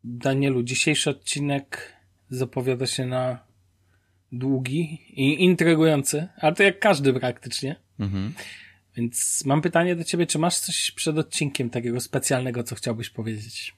Danielu, dzisiejszy odcinek zapowiada się na długi i intrygujący, ale to jak każdy praktycznie. Więc mam pytanie do ciebie, czy masz coś przed odcinkiem takiego specjalnego, co chciałbyś powiedzieć?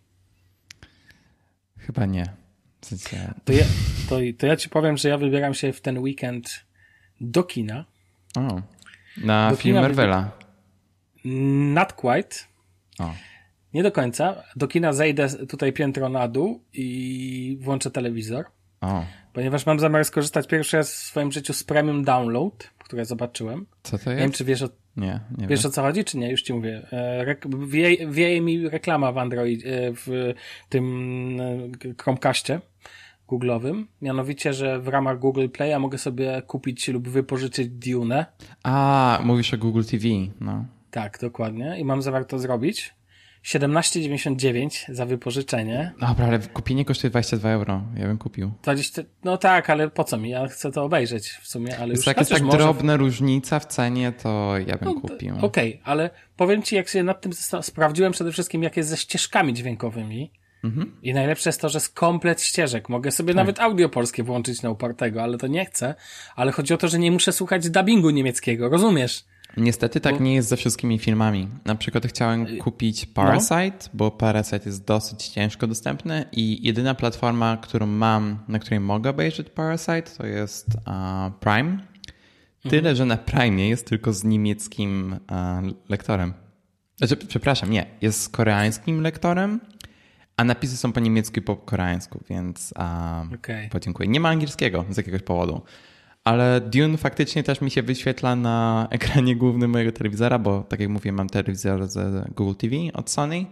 Chyba nie. W sensie... To ja ci powiem, że ja wybieram się w ten weekend do kina. O, na film Marvela. Not quite. O. Nie do końca. Do kina zejdę tutaj piętro na dół i włączę telewizor. O. Ponieważ mam zamiar skorzystać pierwszy raz w swoim życiu z premium download, które zobaczyłem. Co to jest? Nie wiem, czy wiesz nie wiesz wiem. o co chodzi, czy nie? Już ci mówię. Wieje mi reklama w Android, w tym Chromecastie Google'owym. Mianowicie, że w ramach Google Play'a mogę sobie kupić lub wypożyczyć Dune. A, mówisz o Google TV, no. Tak, dokładnie. I mam zamiar to zrobić. 17,99 za wypożyczenie. Dobra, ale kupienie kosztuje 22 euro. Ja bym kupił. 20, no tak, ale po co mi? Ja chcę to obejrzeć w sumie, ale już... Jak jest tak drobna różnica w cenie, to ja bym kupił. Okej, ale powiem ci, jak się nad tym sprawdziłem przede wszystkim, jak jest ze ścieżkami dźwiękowymi. I najlepsze jest to, że jest komplet ścieżek. Mogę sobie nawet audio polskie włączyć na upartego, ale to nie chcę. Ale chodzi o to, że nie muszę słuchać dubbingu niemieckiego, rozumiesz? Niestety tak nie jest ze wszystkimi filmami. Na przykład chciałem kupić Parasite, bo Parasite jest dosyć ciężko dostępny i jedyna platforma, którą mam, na której mogę obejrzeć Parasite, to jest Prime. Tyle, że na Prime jest tylko z niemieckim lektorem. Znaczy, przepraszam, nie. Jest z koreańskim lektorem, a napisy są po niemiecku i po koreańsku, więc podziękuję. Nie ma angielskiego z jakiegoś powodu. Ale Dune faktycznie też mi się wyświetla na ekranie głównym mojego telewizora, bo tak jak mówię, mam telewizor z Google TV od Sony.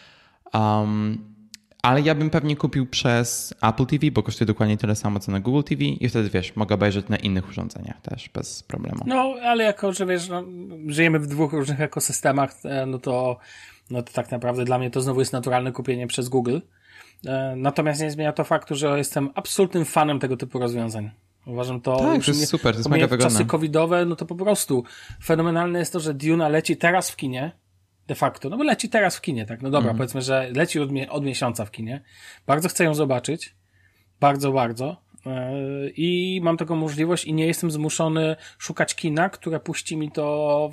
Ale ja bym pewnie kupił przez Apple TV, bo kosztuje dokładnie tyle samo co na Google TV i wtedy wiesz, mogę obejrzeć na innych urządzeniach też bez problemu. No, ale jako, że wiesz, żyjemy w dwóch różnych ekosystemach, no to tak naprawdę dla mnie to znowu jest naturalne kupienie przez Google. Natomiast nie zmienia to faktu, że jestem absolutnym fanem tego typu rozwiązań. Uważam to... Tak, to jest super, to jest mega wygodne. Czasy covidowe, no to po prostu fenomenalne jest to, że Duna leci teraz w kinie, de facto, no bo leci teraz w kinie, tak, no dobra, powiedzmy, że leci od miesiąca w kinie. Bardzo chcę ją zobaczyć. Bardzo, bardzo. I mam taką możliwość i nie jestem zmuszony szukać kina, które puści mi to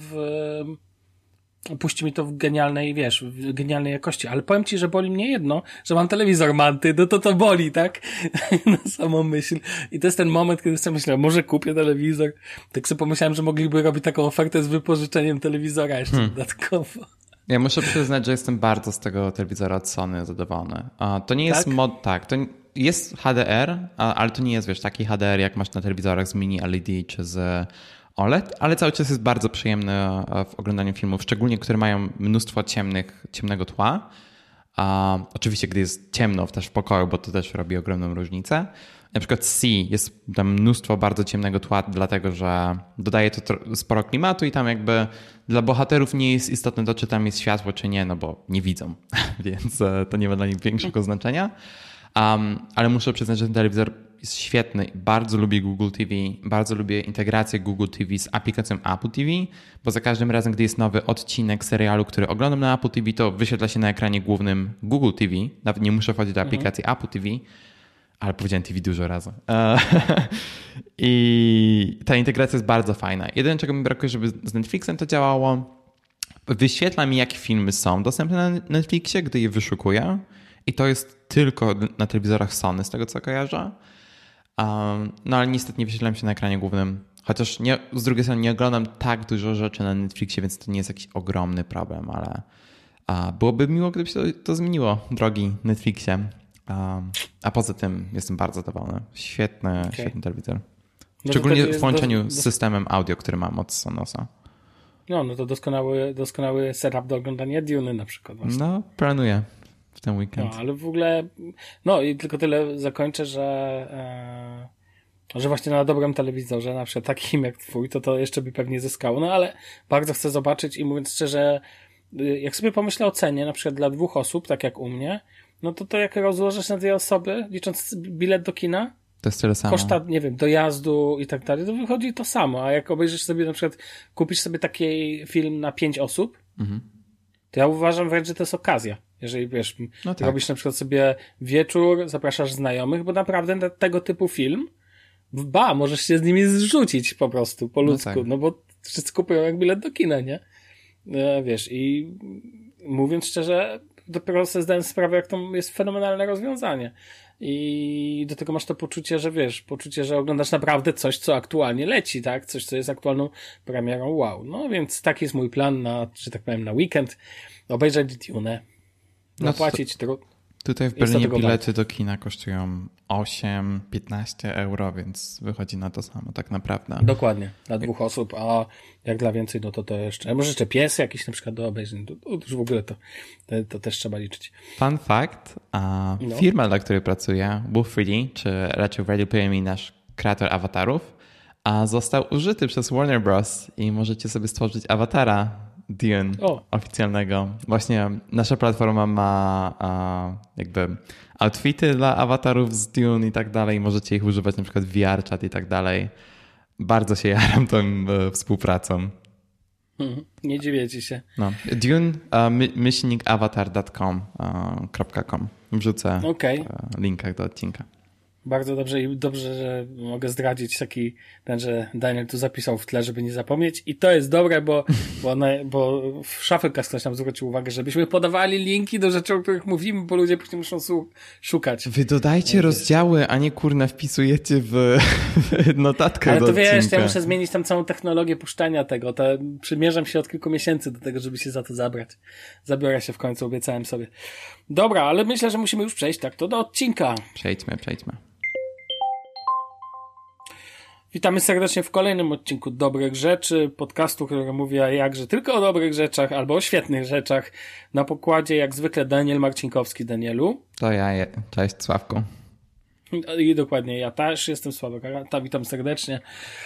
w genialnej, wiesz, w genialnej jakości. Ale powiem ci, że boli mnie jedno, że mam telewizor Manty, no to boli, tak? Na samą myśl. I to jest ten moment, kiedy sobie myślałem, może kupię telewizor. Tak sobie pomyślałem, że mogliby robić taką ofertę z wypożyczeniem telewizora jeszcze dodatkowo. Ja muszę przyznać, że jestem bardzo z tego telewizora od Sony zadowolony. To nie jest to jest HDR, ale to nie jest, wiesz, taki HDR, jak masz na telewizorach z mini LED czy z OLED, ale cały czas jest bardzo przyjemny w oglądaniu filmów, szczególnie które mają mnóstwo ciemnego tła. Oczywiście, gdy jest ciemno też w pokoju, bo to też robi ogromną różnicę. Na przykład C jest tam mnóstwo bardzo ciemnego tła, dlatego że dodaje to sporo klimatu i tam jakby dla bohaterów nie jest istotne to, czy tam jest światło, czy nie, no bo nie widzą, więc to nie ma dla nich większego znaczenia. Ale muszę przyznać, że ten telewizor jest świetny. Bardzo lubię Google TV, bardzo lubię integrację Google TV z aplikacją Apple TV, bo za każdym razem, gdy jest nowy odcinek serialu, który oglądam na Apple TV, to wyświetla się na ekranie głównym Google TV. Nawet nie muszę wchodzić do aplikacji Apple TV, ale powiedziałem TV dużo razy. I ta integracja jest bardzo fajna. Jedyne, czego mi brakuje, żeby z Netflixem to działało, wyświetla mi, jakie filmy są dostępne na Netflixie, gdy je wyszukuję. I to jest tylko na telewizorach Sony, z tego co kojarzę. No ale niestety nie wyświetlam się na ekranie głównym. Chociaż z drugiej strony nie oglądam tak dużo rzeczy na Netflixie, więc to nie jest jakiś ogromny problem, ale byłoby miło, gdyby się to zmieniło, drogi Netflixie. A poza tym jestem bardzo zadowolony. Świetny telewizor. Szczególnie w połączeniu z systemem audio, który mam od Sonosa. No to doskonały setup do oglądania Duny na przykład. Właśnie. No, planuję w ten weekend. No, ale w ogóle, no i tylko tyle zakończę, że właśnie na dobrym telewizorze, na przykład takim jak twój, to jeszcze by pewnie zyskało. No ale bardzo chcę zobaczyć i mówiąc szczerze, jak sobie pomyślę o cenie, na przykład dla 2 osób, tak jak u mnie, no to jak rozłożysz na 2 osoby, licząc bilet do kina, to jest tyle samo. Koszta, nie wiem, dojazdu i tak dalej, to wychodzi to samo. A jak obejrzysz sobie na przykład, kupisz sobie taki film na 5 osób, to ja uważam wręcz, że to jest okazja. Jeżeli wiesz, robisz na przykład sobie wieczór, zapraszasz znajomych, bo naprawdę tego typu film, możesz się z nimi zrzucić po prostu, po ludzku, no bo wszyscy kupują jak bilet do kina, nie? Wiesz, i mówiąc szczerze, dopiero sobie zdałem sprawę, jak to jest fenomenalne rozwiązanie. I do tego masz to poczucie, że wiesz, że oglądasz naprawdę coś, co aktualnie leci, tak? Coś, co jest aktualną premierą, wow. No więc taki jest mój plan na, że tak powiem, na weekend. Obejrzeć Dune. Zapłacić Tutaj w Berlinie bilety do kina kosztują 8-15 euro, więc wychodzi na to samo tak naprawdę. Dokładnie, dla 2 osób, a jak dla więcej, no to jeszcze, może jeszcze pies jakiś na przykład do obejrzenia, to już w ogóle to też trzeba liczyć. Fun fact, firma, dla której pracuję, Wolf3D, czy raczej Ready Player Me, nasz kreator awatarów, został użyty przez Warner Bros. I możecie sobie stworzyć awatara Dune oficjalnego. Właśnie nasza platforma ma jakby outfity dla awatarów z Dune i tak dalej. Możecie ich używać na przykład VR-chat i tak dalej. Bardzo się jaram tą współpracą. Nie dziwię ci się. No. Dune myślnikavatar.com. Wrzucę linka do odcinka. Bardzo dobrze i dobrze, że mogę zdradzić że Daniel tu zapisał w tle, żeby nie zapomnieć. I to jest dobre, bo w Shufflecast ktoś nam zwrócił uwagę, żebyśmy podawali linki do rzeczy, o których mówimy, bo ludzie później muszą szukać. Wy dodajcie rozdziały, a nie wpisujecie w notatkach ale do odcinka. Ale to wiesz, ja muszę zmienić tam całą technologię puszczania tego. Przymierzam się od kilku miesięcy do tego, żeby się za to zabrać. Zabiorę się w końcu, obiecałem sobie. Dobra, ale myślę, że musimy już przejść to do odcinka. Przejdźmy. Witamy serdecznie w kolejnym odcinku Dobrych Rzeczy, podcastu, który mówi jakże tylko o dobrych rzeczach albo o świetnych rzeczach. Na pokładzie jak zwykle Daniel Marcinkowski. Danielu. To ja, cześć Sławku. I dokładnie, ja też jestem Sławek. Witam serdecznie.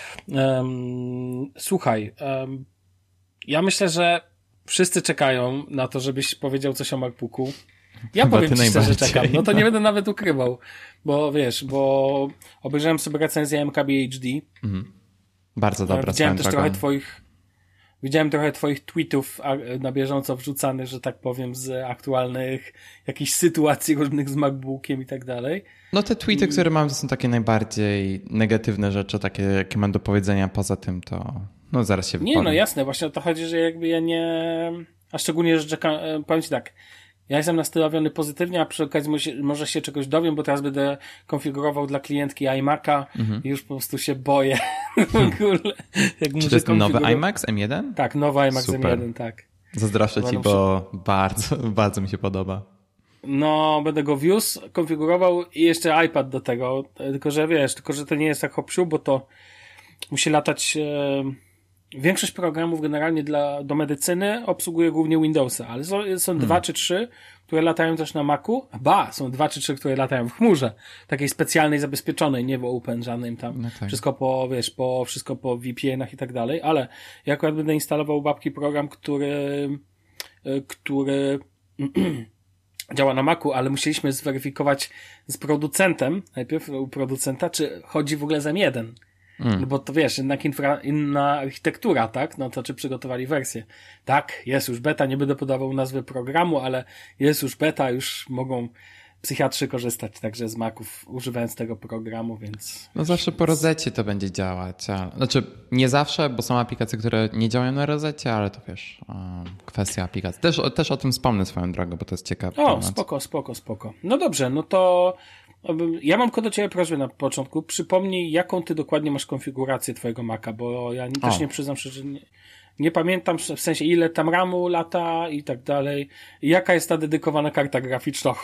Słuchaj, ja myślę, że wszyscy czekają na to, żebyś powiedział coś o MacBooku. Ja Chyba powiem ci szczerze, czekam. No to nie będę nawet ukrywał. Bo wiesz, obejrzałem sobie recenzję MKBHD. Bardzo dobra. Widziałem trochę twoich tweetów na bieżąco wrzucanych, że tak powiem, z aktualnych jakichś sytuacji różnych z MacBookiem i tak dalej. No te tweety, które mam, to są takie najbardziej negatywne rzeczy, takie jakie mam do powiedzenia. Poza tym to zaraz się wypowiem. Nie, no jasne. Właśnie o to chodzi, że jakby ja nie... A szczególnie, że powiem ci tak, ja jestem nastawiony pozytywnie, a przy okazji może się czegoś dowiem, bo teraz będę konfigurował dla klientki iMac'a i już po prostu się boję. W ogóle. Czy to jest nowy iMac M1? Tak, nowy iMac M1, tak. Zazdroszczę ci, bo bardzo, bardzo mi się podoba. No, będę go wiózł, konfigurował i jeszcze iPad do tego. Tylko, że to nie jest tak hop-siu, bo to musi latać... Większość programów generalnie do medycyny obsługuje głównie Windowsa, ale są 2 czy 3, które latają też na Macu. Są 2 czy 3, które latają w chmurze. Takiej specjalnej, zabezpieczonej, nie w open żadnym tam. No tak. Wszystko po VPN-ach i tak dalej, ale ja akurat będę instalował u babki program, który działa na Macu, ale musieliśmy zweryfikować z producentem, najpierw u producenta, czy chodzi w ogóle z M1. No bo to wiesz, jednak inna architektura, tak? No to czy przygotowali wersję? Tak, jest już beta, nie będę podawał nazwy programu, ale jest już beta, już mogą psychiatrzy korzystać także z Maców, używając tego programu, więc... No zawsze po rozecie to będzie działać. Znaczy nie zawsze, bo są aplikacje, które nie działają na rozecie, ale to wiesz, kwestia aplikacji. Też o tym wspomnę swoją drogą, bo to jest ciekawe. Spoko. No dobrze, no to... Ja mam do ciebie prośbę na początku. Przypomnij, jaką ty dokładnie masz konfigurację twojego Maca, bo ja też nie przyznam się, że nie pamiętam w sensie ile tam RAMu lata i tak dalej. Jaka jest ta dedykowana karta graficzna?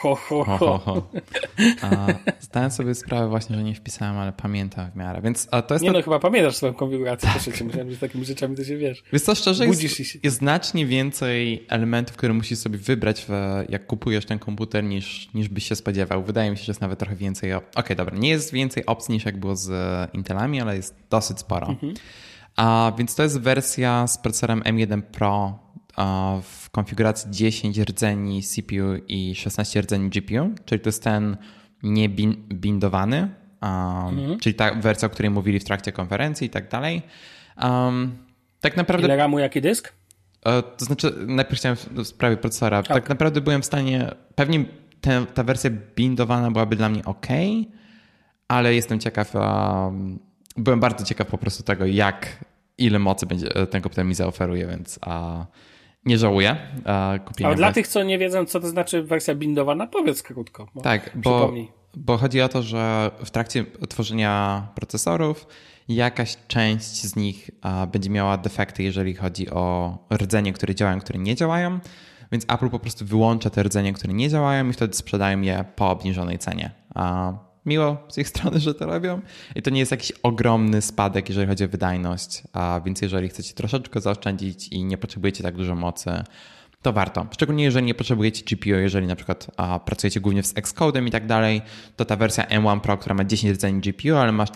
Zdałem sobie sprawę właśnie, że nie wpisałem, ale pamiętam w miarę. Więc, to jest chyba pamiętasz swoją konfigurację. Też myślałem, że takimi rzeczami to się wiesz. Wiesz co, szczerze jest znacznie więcej elementów, które musisz sobie wybrać, jak kupujesz ten komputer, niż byś się spodziewał. Wydaje mi się, że jest nawet trochę więcej. Okej, dobra, nie jest więcej opcji niż jak było z Intelami, ale jest dosyć sporo. Więc to jest wersja z procesorem M1 Pro w konfiguracji 10 rdzeni CPU i 16 rdzeni GPU, czyli to jest ten niebindowany, czyli ta wersja, o której mówili w trakcie konferencji i tak dalej. Tak naprawdę... Ile RAMu, jaki dysk? To znaczy, najpierw chciałem w sprawie procesora. Okay. Tak naprawdę byłem w stanie, pewnie ta wersja bindowana byłaby dla mnie ok, ale jestem ciekaw, byłem bardzo ciekaw po prostu tego, ile mocy będzie ten komputer mi zaoferuje, więc nie żałuję kupienia. Ale dla tych, co nie wiedzą, co to znaczy wersja bindowana, powiedz krótko. Tak, bo chodzi o to, że w trakcie tworzenia procesorów jakaś część z nich będzie miała defekty, jeżeli chodzi o rdzenie, które działają, które nie działają, więc Apple po prostu wyłącza te rdzenie, które nie działają i wtedy sprzedają je po obniżonej cenie. Miło z ich strony, że to robią i to nie jest jakiś ogromny spadek, jeżeli chodzi o wydajność, więc jeżeli chcecie troszeczkę zaoszczędzić i nie potrzebujecie tak dużo mocy, to warto. Szczególnie jeżeli nie potrzebujecie GPU, jeżeli na przykład pracujecie głównie z Xcode'em i tak dalej, to ta wersja M1 Pro, która ma 10 rdzeni GPU, ale ma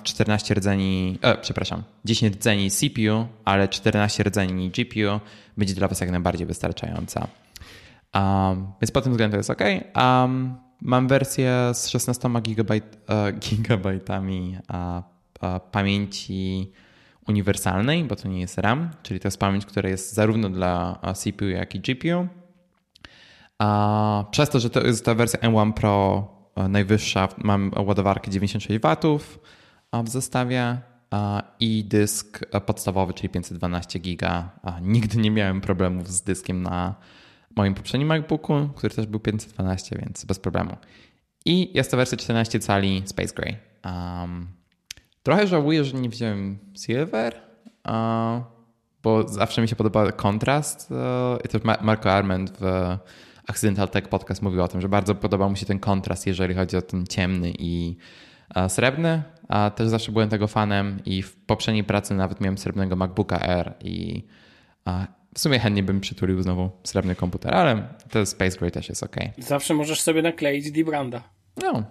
10 rdzeni CPU, ale 14 rdzeni GPU, będzie dla was jak najbardziej wystarczająca. Więc pod tym względem to jest ok. Mam wersję z 16 gigabajtami pamięci uniwersalnej, bo to nie jest RAM, czyli to jest pamięć, która jest zarówno dla CPU, jak i GPU. Przez to, że to jest ta wersja M1 Pro najwyższa, mam ładowarkę 96 W w zestawie i dysk podstawowy, czyli 512 GB. Nigdy nie miałem problemów z dyskiem na moim poprzednim MacBooku, który też był 512, więc bez problemu. I jest to wersja 14 cali Space Gray. Trochę żałuję, że nie wziąłem Silver, bo zawsze mi się podoba kontrast. I też Marco Arment w Accidental Tech Podcast mówił o tym, że bardzo podobał mu się ten kontrast, jeżeli chodzi o ten ciemny i srebrny. Też zawsze byłem tego fanem i w poprzedniej pracy nawet miałem srebrnego MacBooka Air i w sumie chętnie bym przytulił znowu srebrny komputer, ale to Space Gray też jest ok. Zawsze możesz sobie nakleić D-Branda. No,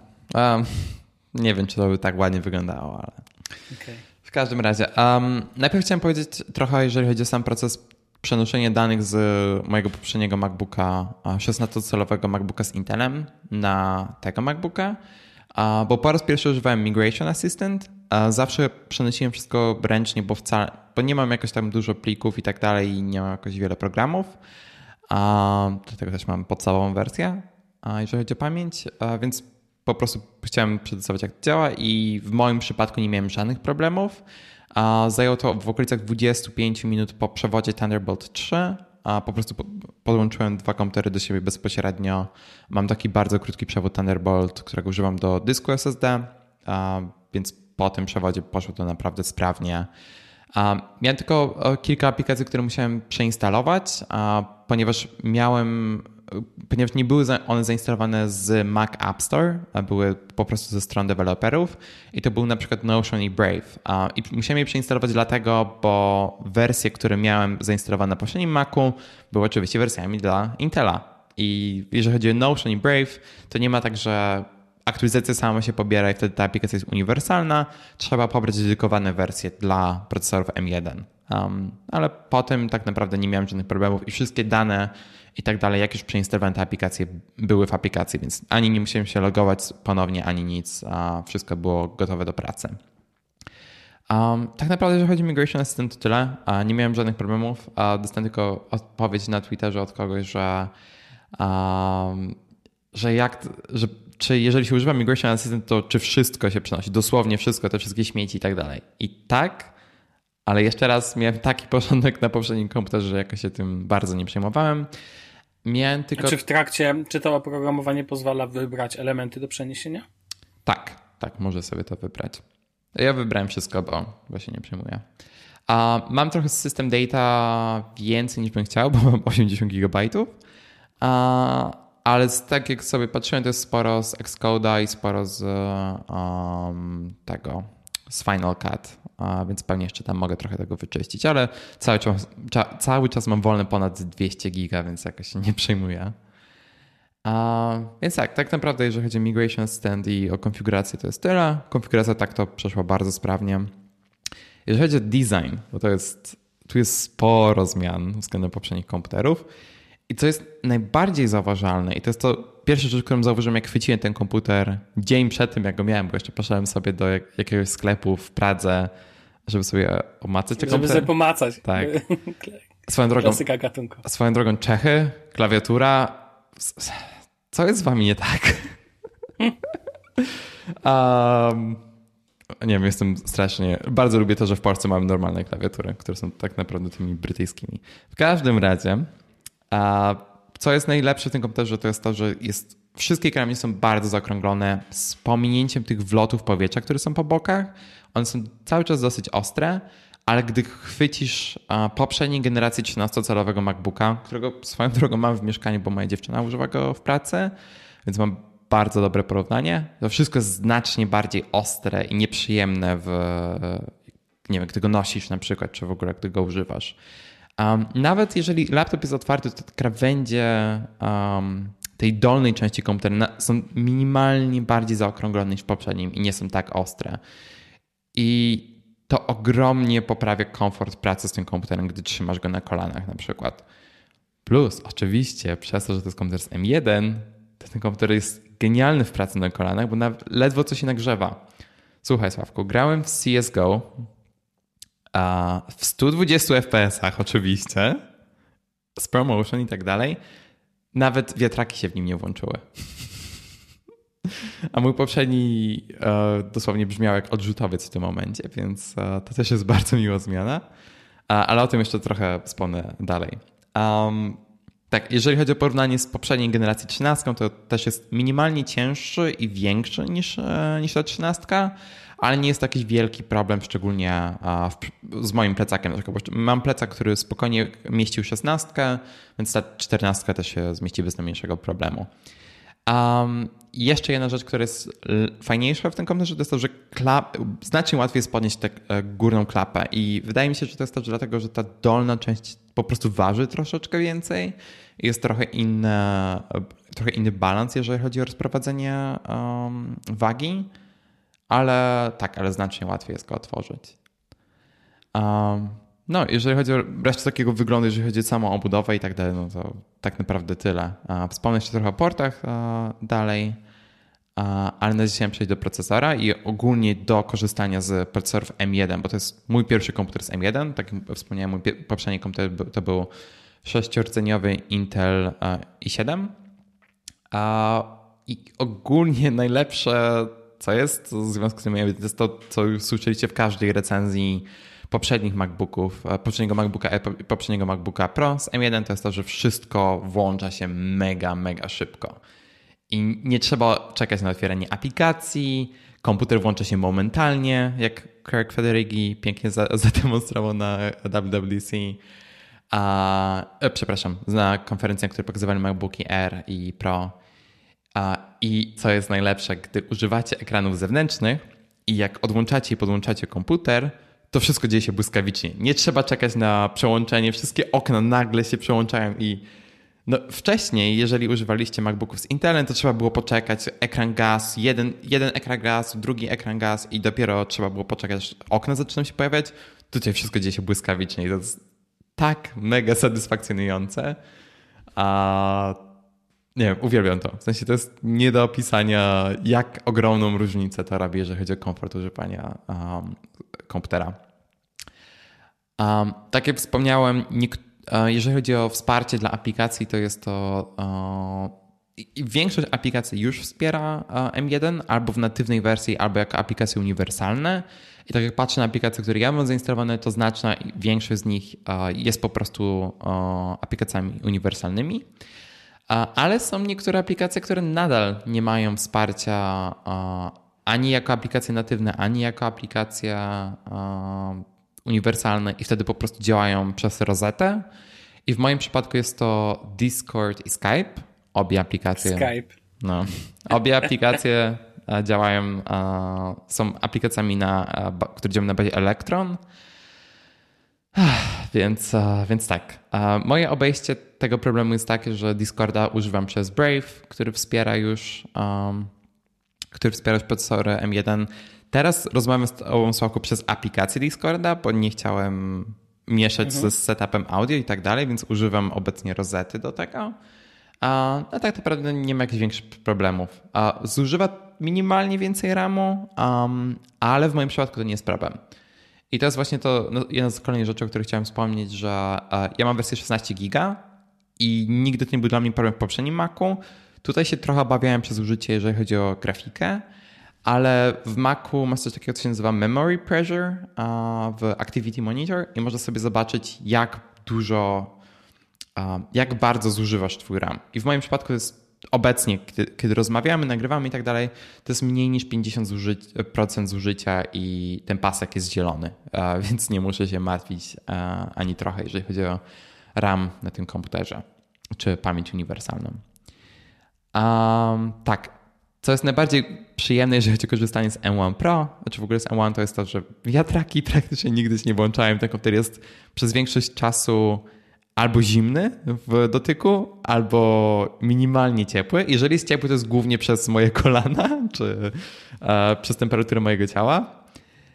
nie wiem, czy to by tak ładnie wyglądało, ale okay. W każdym razie. Najpierw chciałem powiedzieć trochę, jeżeli chodzi o sam proces przenoszenia danych z mojego poprzedniego MacBooka, 16-calowego MacBooka z Intelem na tego MacBooka, bo po raz pierwszy używałem Migration Assistant. Zawsze przenosiłem wszystko ręcznie, bo nie mam jakoś tam dużo plików i tak dalej i nie mam jakoś wiele programów. Dlatego też mam podstawową wersję, jeżeli chodzi o pamięć, więc po prostu chciałem przetestować, jak to działa i w moim przypadku nie miałem żadnych problemów. Zajęło to w okolicach 25 minut po przewodzie Thunderbolt 3. Po prostu podłączyłem dwa komputery do siebie bezpośrednio. Mam taki bardzo krótki przewód Thunderbolt, którego używam do dysku SSD, więc po tym przewodzie poszło to naprawdę sprawnie. Miałem tylko kilka aplikacji, które musiałem przeinstalować, ponieważ nie były one zainstalowane z Mac App Store, były po prostu ze stron deweloperów i to był na przykład Notion i Brave. I musiałem je przeinstalować dlatego, bo wersje, które miałem zainstalowane na poprzednim Macu, były oczywiście wersjami dla Intela. I jeżeli chodzi o Notion i Brave, to nie ma tak, że aktualizacja sama się pobiera i wtedy ta aplikacja jest uniwersalna. Trzeba pobrać dedykowane wersje dla procesorów M1. Ale potem tak naprawdę nie miałem żadnych problemów i wszystkie dane i tak dalej, jak już przeinstalowałem te aplikacje, były w aplikacji, więc ani nie musiałem się logować ponownie, ani nic. Wszystko było gotowe do pracy. Tak naprawdę, jeżeli chodzi o Migration Assistant, to tyle. Nie miałem żadnych problemów. Dostałem tylko odpowiedź na Twitterze od kogoś, czy jeżeli się używa Migration Assistant, to czy wszystko się przenosi, dosłownie wszystko, te wszystkie śmieci i tak dalej. I tak, ale jeszcze raz miałem taki porządek na poprzednim komputerze, że jakoś się tym bardzo nie przejmowałem. Miałem tylko... Czy to oprogramowanie pozwala wybrać elementy do przeniesienia? Tak, może sobie to wybrać. Ja wybrałem wszystko, bo się nie przejmuję. Mam trochę z System Data więcej niż bym chciał, bo mam 80 GB. Ale tak jak sobie patrzyłem, to jest sporo z Xcode'a i sporo z z Final Cut, więc pewnie jeszcze tam mogę trochę tego wyczyścić, ale cały czas mam wolne ponad 200 giga, więc jakoś się nie przejmuję. Więc tak naprawdę jeżeli chodzi o Migration Assistant i o konfigurację, to jest tyle. Konfiguracja tak to przeszła bardzo sprawnie. Jeżeli chodzi o design, bo tu jest sporo zmian względem poprzednich komputerów. I co jest najbardziej zauważalne, i to jest to pierwsza rzecz, którą zauważyłem, jak chwyciłem ten komputer dzień przed tym, jak go miałem, bo jeszcze poszedłem sobie do jakiegoś sklepu w Pradze, żeby sobie omacać ten komputer. Żeby sobie pomacać. Tak. Klasyka gatunku. Swoją drogą Czechy, klawiatura. Co jest z wami nie tak? Nie wiem, jestem strasznie... Bardzo lubię to, że w Polsce mamy normalne klawiatury, które są tak naprawdę tymi brytyjskimi. W każdym razie, co jest najlepsze w tym komputerze, to jest to, że wszystkie klamki są bardzo zaokrąglone z pominięciem tych wlotów powietrza, które są po bokach. One są cały czas dosyć ostre, ale gdy chwycisz poprzedniej generacji 13-calowego MacBooka, którego swoją drogą mam w mieszkaniu, bo moja dziewczyna używa go w pracy, więc mam bardzo dobre porównanie. To wszystko jest znacznie bardziej ostre i nieprzyjemne nie wiem, gdy go nosisz na przykład, czy w ogóle gdy go używasz. Nawet jeżeli laptop jest otwarty, to krawędzie tej dolnej części komputera są minimalnie bardziej zaokrąglone niż w poprzednim i nie są tak ostre. I to ogromnie poprawia komfort pracy z tym komputerem, gdy trzymasz go na kolanach na przykład. Plus oczywiście przez to, że to jest komputer z M1, to ten komputer jest genialny w pracy na kolanach, bo ledwo co się nagrzewa. Słuchaj Sławku, grałem w CSGO w 120 FPS-ach oczywiście, z ProMotion i tak dalej. Nawet wiatraki się w nim nie włączyły. A mój poprzedni dosłownie brzmiał jak odrzutowiec w tym momencie, więc to też jest bardzo miła zmiana. Ale o tym jeszcze trochę wspomnę dalej. Tak, jeżeli chodzi o porównanie z poprzedniej generacji 13, to też jest minimalnie cięższy i większy niż ta 13, ale nie jest jakiś wielki problem, szczególnie z moim plecakiem. Mam plecak, który spokojnie mieścił 16, więc ta 14 też się zmieści bez najmniejszego problemu. Jeszcze jedna rzecz, która jest fajniejsza w tym komputerze, to jest to, że znacznie łatwiej jest podnieść tę górną klapę i wydaje mi się, że to jest też dlatego, że ta dolna część po prostu waży troszeczkę więcej i jest trochę inny balans, jeżeli chodzi o rozprowadzenie wagi, ale znacznie łatwiej jest go otworzyć. No, jeżeli chodzi o resztę takiego wyglądu, jeżeli chodzi o samą obudowę i tak dalej, no to tak naprawdę tyle. Wspomnę jeszcze trochę o portach dalej, ale na dziś chciałem przejść do procesora i ogólnie do korzystania z procesorów M1, bo to jest mój pierwszy komputer z M1. Tak jak wspomniałem, mój poprzedni komputer to był 6-rdzeniowy Intel i7. I ogólnie najlepsze, co jest w związku z tym M1, to jest to, co już słyszeliście w każdej recenzji poprzednich MacBooków, poprzedniego MacBooka Air, poprzedniego MacBooka Pro z M1, to jest to, że wszystko włącza się mega, mega szybko. I nie trzeba czekać na otwieranie aplikacji, komputer włącza się momentalnie, jak Kirk Federighi pięknie zademonstrował na WWDC. Przepraszam, na konferencji, na której pokazywali MacBooki Air i Pro. I co jest najlepsze, gdy używacie ekranów zewnętrznych i jak odłączacie i podłączacie komputer, to wszystko dzieje się błyskawicznie. Nie trzeba czekać na przełączenie. Wszystkie okna nagle się przełączają i wcześniej, jeżeli używaliście MacBooków z Intelem, to trzeba było poczekać, ekran gas, jeden ekran gas, drugi ekran gas i dopiero trzeba było poczekać, aż okna zaczną się pojawiać. Tutaj wszystko dzieje się błyskawicznie i to jest tak mega satysfakcjonujące. Nie wiem, uwielbiam to. W sensie to jest nie do opisania, jak ogromną różnicę to robi, jeżeli chodzi o komfort używania komputera. Tak jak wspomniałem, jeżeli chodzi o wsparcie dla aplikacji, to jest to... Większość aplikacji już wspiera M1 albo w natywnej wersji, albo jako aplikacje uniwersalne. I tak jak patrzę na aplikacje, które ja mam zainstalowane, to znaczna większość z nich jest po prostu aplikacjami uniwersalnymi. Ale są niektóre aplikacje, które nadal nie mają wsparcia ani jako aplikacje natywne, ani jako aplikacja uniwersalne i wtedy po prostu działają przez Rozetę. I w moim przypadku jest to Discord i Skype. Obie aplikacje. Skype. No, obie aplikacje działają, są aplikacjami, które działają na bazie Electron. Więc tak. Moje obejście tego problemu jest takie, że Discorda używam przez Brave, który wspiera już procesory M1. Teraz rozmawiam z tobą, Sławku, przez aplikację Discorda, bo nie chciałem mieszać z setupem audio i tak dalej, więc używam obecnie Rosety do tego. A tak naprawdę nie ma jakichś większych problemów. Zużywa minimalnie więcej RAMu, ale w moim przypadku to nie jest problem. I to jest właśnie to, jedna z kolejnych rzeczy, o których chciałem wspomnieć, że ja mam wersję 16 giga i nigdy to nie był dla mnie problem w poprzednim Macu. Tutaj się trochę obawiałem przez użycie, jeżeli chodzi o grafikę, ale w Macu masz coś takiego, co się nazywa Memory Pressure w Activity Monitor i można sobie zobaczyć, jak bardzo zużywasz twój RAM. I w moim przypadku to jest obecnie, kiedy rozmawiamy, nagrywamy i tak dalej, to jest mniej niż 50% zużycia i ten pasek jest zielony, więc nie muszę się martwić ani trochę, jeżeli chodzi o RAM na tym komputerze, czy pamięć uniwersalną. Tak, co jest najbardziej przyjemne, jeżeli chodzi o korzystanie z M1 Pro, znaczy w ogóle z M1 to jest to, że wiatraki praktycznie nigdy się nie włączają. Ten komputer jest przez większość czasu albo zimny w dotyku, albo minimalnie ciepły. Jeżeli jest ciepły, to jest głównie przez moje kolana, czy przez temperaturę mojego ciała.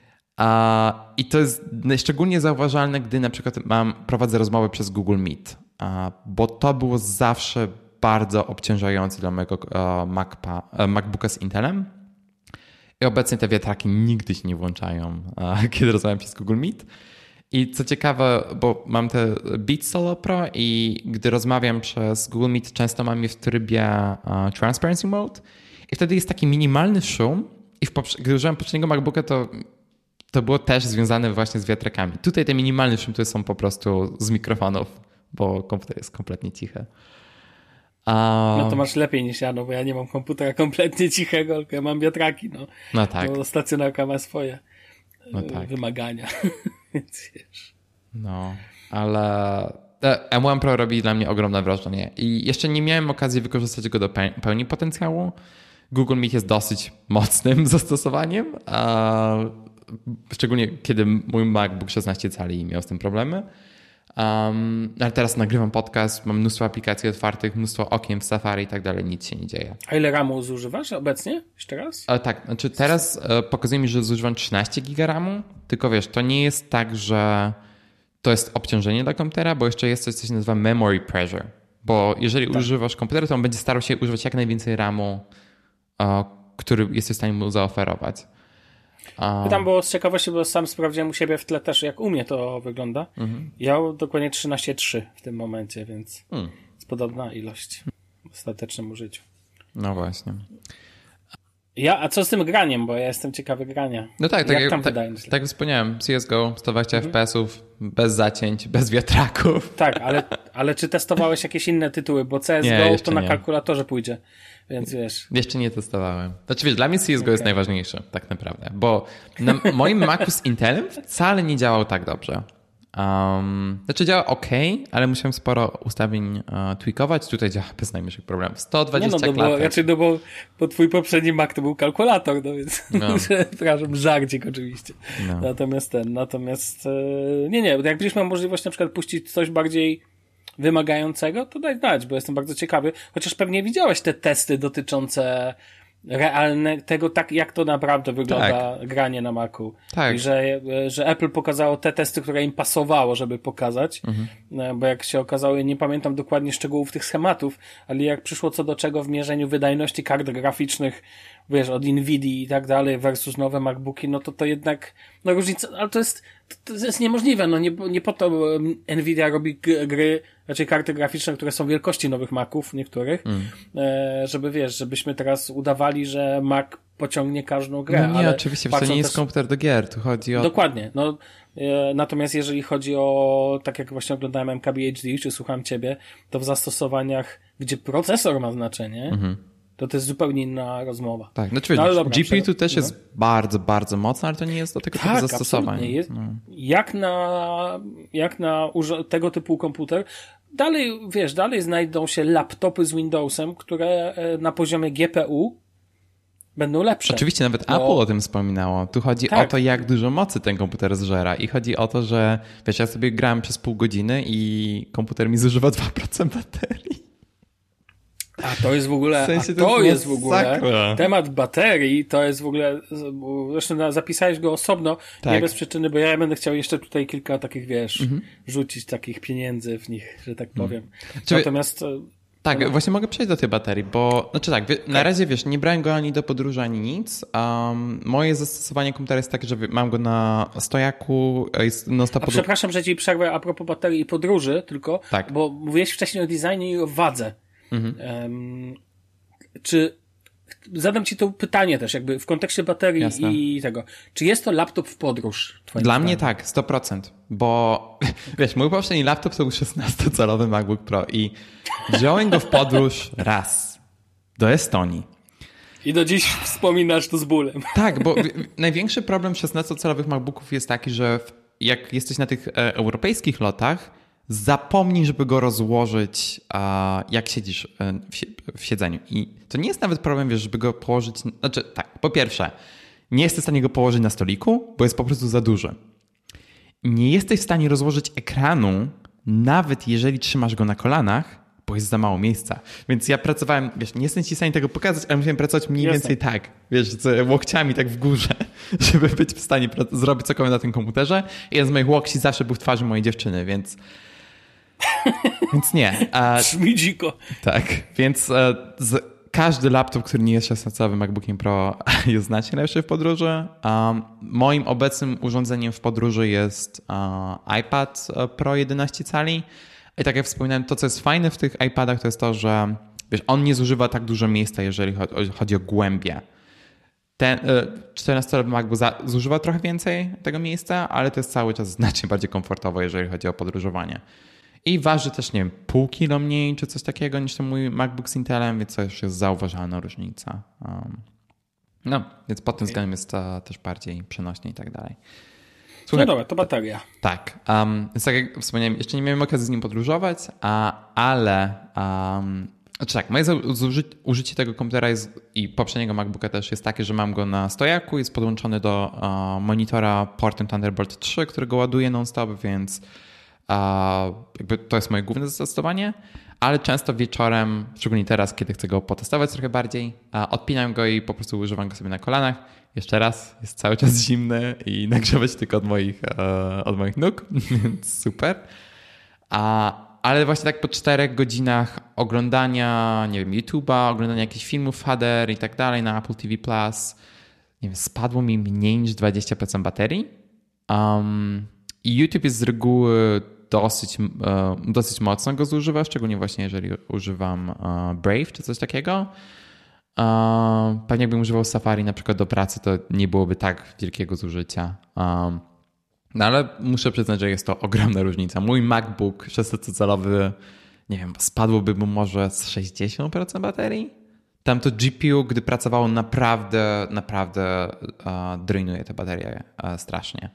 I to jest szczególnie zauważalne, gdy na przykład prowadzę rozmowy przez Google Meet, bo to było zawsze bardzo obciążające dla mojego MacBooka z Intelem. I obecnie te wiatraki nigdy się nie włączają, kiedy rozmawiam przez Google Meet. I co ciekawe, bo mam te Beats Solo Pro i gdy rozmawiam przez Google Meet, często mam je w trybie Transparency Mode i wtedy jest taki minimalny szum i gdy użyłem poprzedniego MacBooka, to było też związane właśnie z wiatrakami. Tutaj te minimalny szum to są po prostu z mikrofonów, bo komputer jest kompletnie cichy. No to masz lepiej niż ja, no bo ja nie mam komputera kompletnie cichego, tylko ja mam wiatraki, no. No tak. Bo stacjonarka ma swoje wymagania, więc wiesz. No, ale M1 Pro robi dla mnie ogromne wrażenie i jeszcze nie miałem okazji wykorzystać go do pełni potencjału. Google Meet jest dosyć mocnym zastosowaniem, szczególnie kiedy mój MacBook 16 cali miał z tym problemy. Ale teraz nagrywam podcast, mam mnóstwo aplikacji otwartych, mnóstwo okien w Safari i tak dalej, nic się nie dzieje. A ile RAMu zużywasz obecnie? Jeszcze raz? Tak, znaczy teraz pokazuje mi, że zużywam 13 GB RAMu, tylko wiesz, to nie jest tak, że to jest obciążenie dla komputera, bo jeszcze jest coś, co się nazywa memory pressure, bo jeżeli używasz komputera, to on będzie starał się używać jak najwięcej RAMu, który jesteś w stanie mu zaoferować. Pytam, bo z ciekawości, bo sam sprawdziłem u siebie w tle też, jak u mnie to wygląda. Ja mam dokładnie 13,3 w tym momencie, więc jest podobna ilość w ostatecznym użyciu. No właśnie. A co z tym graniem, bo ja jestem ciekawy grania. No tak, tak wspomniałem, CSGO, 120 FPS-ów, bez zacięć, bez wiatraków. Tak, ale czy testowałeś jakieś inne tytuły, bo CSGO to na kalkulatorze pójdzie. Więc wiesz. Jeszcze nie testowałem. Znaczy wiesz, dla mnie CSGO jest najważniejsze, tak naprawdę, bo na moim Macu z Intelem wcale nie działał tak dobrze. Znaczy działa ok, ale musiałem sporo ustawień tweakować. Tutaj działa bez najmniejszych problemów. 120 klatek. Bo twój poprzedni Mac to był kalkulator, no więc przepraszam, żarcik oczywiście. No. Natomiast nie, jak będziesz miał możliwość na przykład puścić coś bardziej wymagającego, to daj znać, bo jestem bardzo ciekawy. Chociaż pewnie widziałeś te testy dotyczące tego, tak jak to naprawdę wygląda granie na Macu. Tak. I że Apple pokazało te testy, które im pasowało, żeby pokazać. Bo jak się okazało, ja nie pamiętam dokładnie szczegółów tych schematów, ale jak przyszło co do czego w mierzeniu wydajności kart graficznych, wiesz, od Nvidii i tak dalej versus nowe MacBooki, no to jednak różnica, ale to jest niemożliwe, no nie po to Nvidia robi gry, raczej karty graficzne, które są wielkości nowych Maców niektórych, żeby wiesz, żebyśmy teraz udawali, że Mac pociągnie każdą grę. No nie, oczywiście, to nie jest komputer do gier, tu chodzi o... Dokładnie, natomiast jeżeli chodzi o, tak jak właśnie oglądałem MKBHD, czy słucham ciebie, to w zastosowaniach, gdzie procesor ma znaczenie, to jest zupełnie inna rozmowa. Tak, znaczy GPU tu też jest bardzo, bardzo mocno, ale to nie jest do tego typu zastosowań. Jest, jak na tego typu komputer, dalej znajdą się laptopy z Windowsem, które na poziomie GPU będą lepsze. Oczywiście nawet Apple o tym wspominało. Tu chodzi o to, jak dużo mocy ten komputer zżera i chodzi o to, że wiesz, ja sobie grałem przez pół godziny i komputer mi zużywa 2% baterii. A to jest w ogóle, temat baterii, to jest w ogóle, zresztą zapisałeś go osobno, nie bez przyczyny, bo ja będę chciał jeszcze tutaj kilka takich, wiesz, rzucić takich pieniędzy w nich, że tak powiem. Natomiast Tak, właśnie mogę przejść do tej baterii, bo znaczy tak, na razie wiesz, nie brałem go ani do podróży, ani nic. Moje zastosowanie komputera jest takie, że mam go na stojaku, jest przepraszam, że ci przerwę a propos baterii i podróży tylko, tak. Bo mówiłeś wcześniej o designie i o wadze. Zadam ci to pytanie też, jakby w kontekście baterii. Jasne. I tego. Czy jest to laptop w podróż? Dla mnie tak, 100%. Bo wiesz, mój poprzedni laptop to był 16-calowy MacBook Pro i wziąłem go w podróż raz do Estonii. I do dziś wspominasz to z bólem. Tak, bo największy problem 16-calowych MacBooków jest taki, że jak jesteś na tych europejskich lotach, zapomnij, żeby go rozłożyć, jak siedzisz w siedzeniu. I to nie jest nawet problem, wiesz, żeby go położyć... Znaczy tak, po pierwsze, nie jesteś w stanie go położyć na stoliku, bo jest po prostu za duży. Nie jesteś w stanie rozłożyć ekranu, nawet jeżeli trzymasz go na kolanach, bo jest za mało miejsca. Więc ja pracowałem, wiesz, nie jestem ci w stanie tego pokazać, ale musiałem pracować mniej więcej tak, wiesz, z łokciami tak w górze, żeby być w stanie zrobić cokolwiek na tym komputerze. I jeden z moich łokci zawsze był w twarzy mojej dziewczyny, więc nie. Brzmi dziko. Tak, więc każdy laptop, który nie jest 16-calowym MacBookiem Pro jest znacznie lepszy w podróży. Moim obecnym urządzeniem w podróży jest iPad Pro 11 cali. I tak jak wspominałem, to co jest fajne w tych iPadach to jest to, że wiesz, on nie zużywa tak dużo miejsca, jeżeli chodzi o głębię. Ten 14-calowy MacBook zużywa trochę więcej tego miejsca, ale to jest cały czas znacznie bardziej komfortowo, jeżeli chodzi o podróżowanie. I waży też, nie wiem, pół kilo mniej czy coś takiego niż ten mój MacBook z Intelem, więc to już jest zauważalna różnica. Więc pod tym względem jest to też bardziej przenośnie i tak dalej. Słuchaj, no dobra, to bateria. Tak. Więc tak jak wspomniałem, jeszcze nie miałem okazji z nim podróżować, ale tak, moje użycie tego komputera i poprzedniego MacBooka też jest takie, że mam go na stojaku, jest podłączony do monitora portem Thunderbolt 3, który go ładuje non-stop, więc jakby to jest moje główne zastosowanie, ale często wieczorem, szczególnie teraz, kiedy chcę go potestować trochę bardziej, odpinam go i po prostu używam go sobie na kolanach. Jeszcze raz, jest cały czas zimny i nagrzewać tylko od moich nóg, więc super. Ale właśnie tak po 4 godzinach oglądania, nie wiem, YouTube'a, oglądania jakichś filmów HDR i tak dalej na Apple TV+, nie wiem, spadło mi mniej niż 20% baterii. I YouTube jest z reguły dosyć mocno go zużywa, szczególnie właśnie jeżeli używam Brave czy coś takiego. Pewnie jakbym używał Safari na przykład do pracy, to nie byłoby tak wielkiego zużycia. No ale muszę przyznać, że jest to ogromna różnica. Mój MacBook 16-calowy, nie wiem, spadłoby mu może z 60% baterii. Tam to GPU, gdy pracowało, naprawdę drynuje tę baterię strasznie.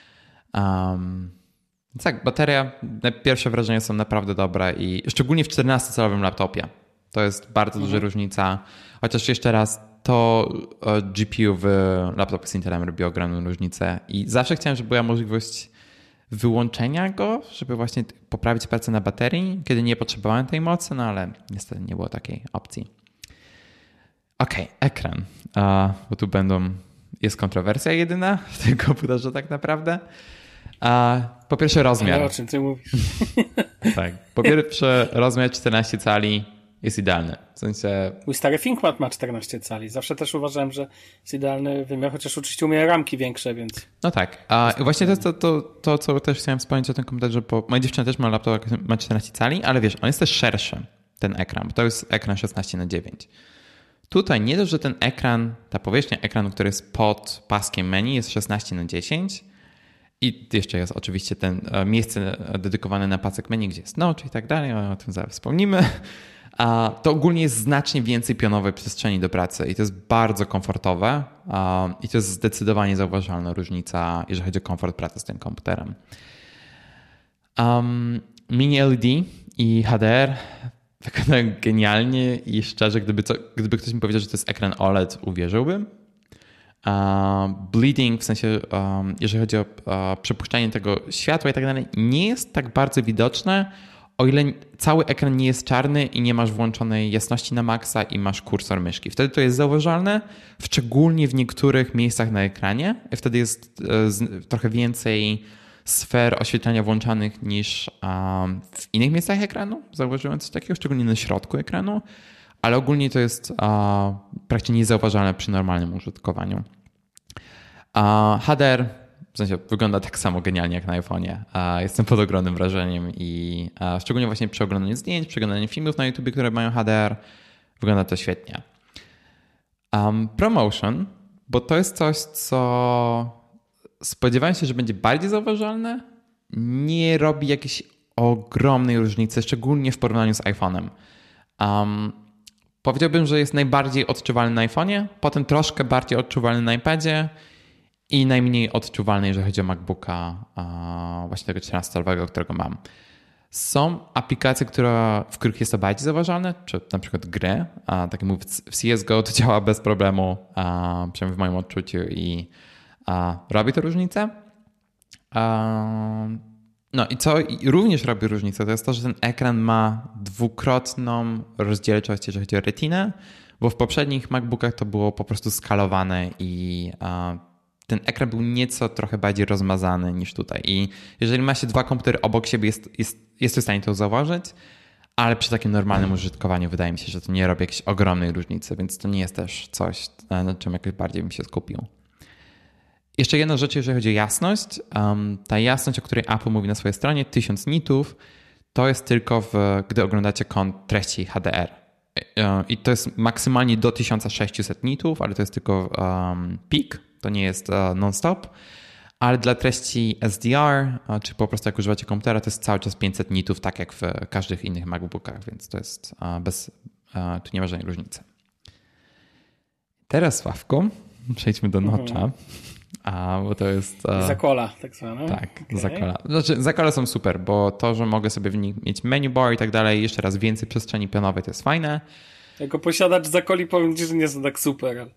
Tak, bateria, pierwsze wrażenia są naprawdę dobre i szczególnie w 14-calowym laptopie. To jest bardzo duża różnica. Chociaż jeszcze raz, to GPU w laptopie z Intelem robi ogromną różnicę i zawsze chciałem, żeby była możliwość wyłączenia go, żeby właśnie poprawić pracę na baterii, kiedy nie potrzebowałem tej mocy, no ale niestety nie było takiej opcji. Okej, ekran, bo tu jest kontrowersja jedyna w tym komputerze tak naprawdę. Po pierwsze rozmiar. Ale o czym ty mówisz? Tak, po pierwsze rozmiar 14 cali jest idealny. W sensie... Mój stary ThinkPad ma 14 cali. Zawsze też uważałem, że jest idealny wymiar, chociaż oczywiście umie ramki większe, więc... No tak. Właśnie to jest to, co też chciałem wspomnieć o tym komputerze, bo moja dziewczyna też ma laptop, ma 14 cali, ale wiesz, on jest też szerszy, ten ekran, bo to jest ekran 16:9. Tutaj nie dość, że ten ekran, ta powierzchnia ekranu, który jest pod paskiem menu jest 16:10 i jeszcze jest oczywiście ten miejsce dedykowane na pasek menu, gdzie jest notch i tak dalej, o tym zaraz wspomnimy. To ogólnie jest znacznie więcej pionowej przestrzeni do pracy i to jest bardzo komfortowe i to jest zdecydowanie zauważalna różnica, jeżeli chodzi o komfort pracy z tym komputerem. Mini LED i HDR wyglądają genialnie i szczerze, gdyby ktoś mi powiedział, że to jest ekran OLED, uwierzyłbym. Bleeding, w sensie jeżeli chodzi o przepuszczanie tego światła i tak dalej, nie jest tak bardzo widoczne, o ile cały ekran nie jest czarny i nie masz włączonej jasności na maksa i masz kursor myszki. Wtedy to jest zauważalne, szczególnie w niektórych miejscach na ekranie. Wtedy jest trochę więcej sfer oświetlenia włączanych niż w innych miejscach ekranu. Zauważyłem coś takiego, szczególnie na środku ekranu, ale ogólnie to jest praktycznie niezauważalne przy normalnym użytkowaniu. HDR w sensie wygląda tak samo genialnie jak na iPhone'ie. Jestem pod ogromnym wrażeniem i szczególnie właśnie przy oglądaniu zdjęć, przy oglądaniu filmów na YouTube, które mają HDR, wygląda to świetnie. ProMotion, bo to jest coś, co spodziewałem się, że będzie bardziej zauważalne, nie robi jakiejś ogromnej różnicy, szczególnie w porównaniu z iPhone'em. Powiedziałbym, że jest najbardziej odczuwalny na iPhone'ie, potem troszkę bardziej odczuwalny na iPadzie i najmniej odczuwalny, jeżeli chodzi o MacBooka, właśnie tego 14-calowego, którego mam. Są aplikacje, w których jest to bardziej zauważalne, czy na przykład gry. Tak jak mówię, w CSGO to działa bez problemu, przynajmniej w moim odczuciu i robi to różnicę. No i co również robi różnicę, to jest to, że ten ekran ma dwukrotną rozdzielczość, jeżeli chodzi o retinę, bo w poprzednich MacBookach to było po prostu skalowane i ten ekran był nieco trochę bardziej rozmazany niż tutaj. I jeżeli ma się dwa komputery obok siebie, jest w stanie to zauważyć, ale przy takim normalnym użytkowaniu wydaje mi się, że to nie robi jakiejś ogromnej różnicy, więc to nie jest też coś, nad czym jakoś bardziej bym się skupił. Jeszcze jedna rzecz, jeżeli chodzi o jasność. Ta jasność, o której Apple mówi na swojej stronie, 1000 nitów, to jest tylko gdy oglądacie treści HDR. I to jest maksymalnie do 1600 nitów, ale to jest tylko peak, to nie jest non-stop. Ale dla treści SDR, czy po prostu jak używacie komputera, to jest cały czas 500 nitów, tak jak w każdych innych MacBookach, więc to jest tu nie ma żadnej różnicy. Teraz, Sławku, przejdźmy do Notcha. Bo to jest... Zakola, tak zwane. Tak, okay. Zakola. Znaczy, Zakola są super, bo to, że mogę sobie w nich mieć menu bar i tak dalej, jeszcze raz więcej przestrzeni pionowej, to jest fajne. Jako posiadacz Zakoli powiem ci, że nie są tak super. Ale...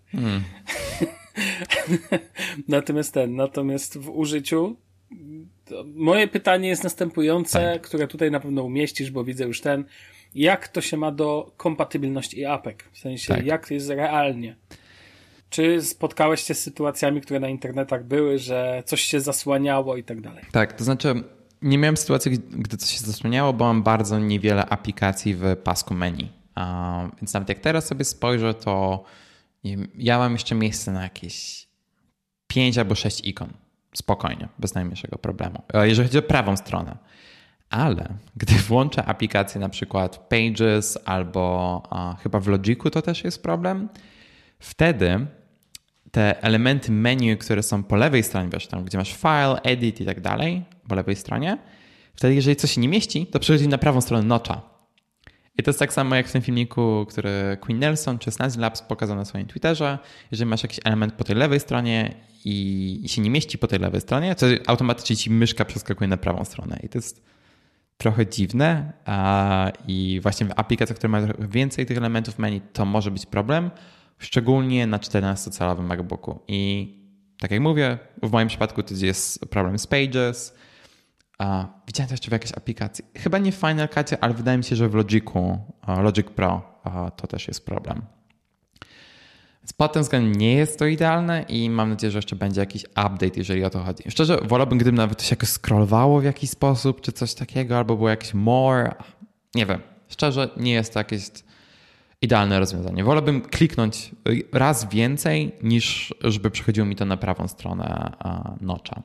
Natomiast w użyciu moje pytanie jest następujące, tak, które tutaj na pewno umieścisz, bo widzę już jak to się ma do kompatybilności apek? W sensie, tak, jak to jest realnie? Czy spotkałeś się z sytuacjami, które na internetach były, że coś się zasłaniało i tak dalej? Tak, to znaczy nie miałem sytuacji, gdy coś się zasłaniało, bo mam bardzo niewiele aplikacji w pasku menu. Więc nawet jak teraz sobie spojrzę, to ja mam jeszcze miejsce na jakieś 5 albo 6 ikon. Spokojnie, bez najmniejszego problemu. Jeżeli chodzi o prawą stronę. Ale gdy włączę aplikację na przykład Pages albo chyba w Logicu to też jest problem, wtedy te elementy menu, które są po lewej stronie, wiesz, tam gdzie masz file, edit i tak dalej, po lewej stronie, wtedy jeżeli coś się nie mieści, to przechodzi na prawą stronę Notcha. I to jest tak samo jak w tym filmiku, który Quinn Nelson czy Snazzy Labs pokazał na swoim Twitterze. Jeżeli masz jakiś element po tej lewej stronie i się nie mieści po tej lewej stronie, to automatycznie ci myszka przeskakuje na prawą stronę. I to jest trochę dziwne i właśnie w aplikacjach, które mają więcej tych elementów menu, to może być problem, szczególnie na 14-calowym MacBooku. I tak jak mówię, w moim przypadku to jest problem z Pages. Widziałem to jeszcze w jakiejś aplikacji. Chyba nie w Final Cutie, ale wydaje mi się, że w Logicu, Logic Pro to też jest problem. Więc pod tym względem nie jest to idealne i mam nadzieję, że jeszcze będzie jakiś update, jeżeli o to chodzi. Szczerze, wolałbym, gdyby nawet to się jakoś scrollowało w jakiś sposób, czy coś takiego, albo było jakieś more. Nie wiem. Szczerze, nie jest to jakieś idealne rozwiązanie. Wolałbym kliknąć raz więcej, niż żeby przechodziło mi to na prawą stronę Notcha.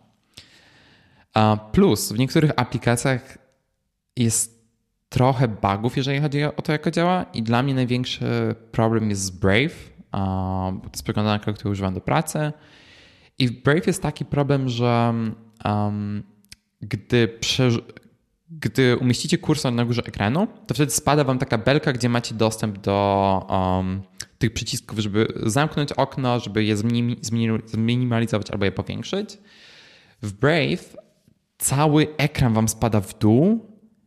Plus w niektórych aplikacjach jest trochę bugów, jeżeli chodzi o to, jak to działa i dla mnie największy problem jest z Brave, bo to jest przeglądarka, którą używam do pracy i w Brave jest taki problem, że gdy umieścicie kursor na górze ekranu, to wtedy spada wam taka belka, gdzie macie dostęp do tych przycisków, żeby zamknąć okno, żeby je zminimalizować albo je powiększyć. W Brave cały ekran wam spada w dół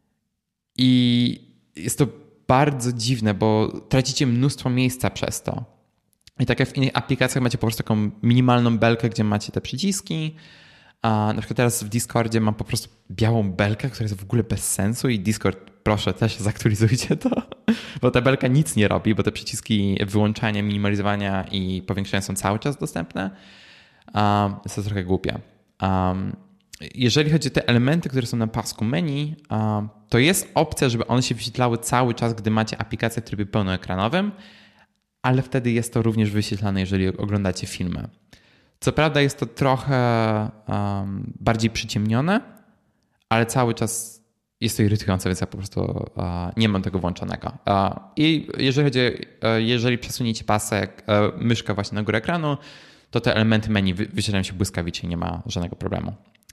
i jest to bardzo dziwne, bo tracicie mnóstwo miejsca przez to. I tak jak w innych aplikacjach macie po prostu taką minimalną belkę, gdzie macie te przyciski. Na przykład teraz w Discordzie mam po prostu białą belkę, która jest w ogóle bez sensu i Discord, proszę, też zaktualizujcie to, bo ta belka nic nie robi, bo te przyciski wyłączania, minimalizowania i powiększania są cały czas dostępne. Jest to trochę głupie. jeżeli chodzi o te elementy, które są na pasku menu, to jest opcja, żeby one się wyświetlały cały czas, gdy macie aplikację w trybie pełnoekranowym, ale wtedy jest to również wyświetlane, jeżeli oglądacie filmy. Co prawda jest to trochę bardziej przyciemnione, ale cały czas jest to irytujące, więc ja po prostu nie mam tego włączonego. I jeżeli przesuniecie pasek, myszkę właśnie na górę ekranu, to te elementy menu wyświetlają się błyskawicznie, nie ma żadnego problemu.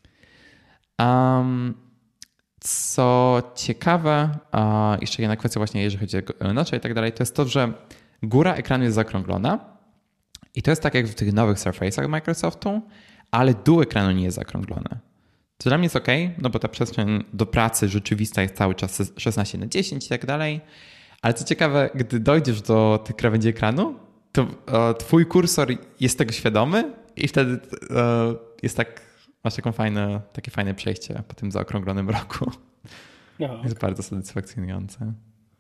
Co ciekawe, jeszcze jedna kwestia właśnie, jeżeli chodzi o nocze i tak dalej, to jest to, że góra ekranu jest zaokrąglona i to jest tak jak w tych nowych Surface'ach Microsoftu, ale dół ekranu nie jest zaokrąglony. To dla mnie jest okej, no bo ta przestrzeń do pracy rzeczywista jest cały czas 16:10 i tak dalej, ale co ciekawe, gdy dojdziesz do tych krawędzi ekranu, to twój kursor jest tego świadomy i wtedy jest masz takie fajne przejście po tym zaokrąglonym rogu. No. Jest bardzo satysfakcjonujące.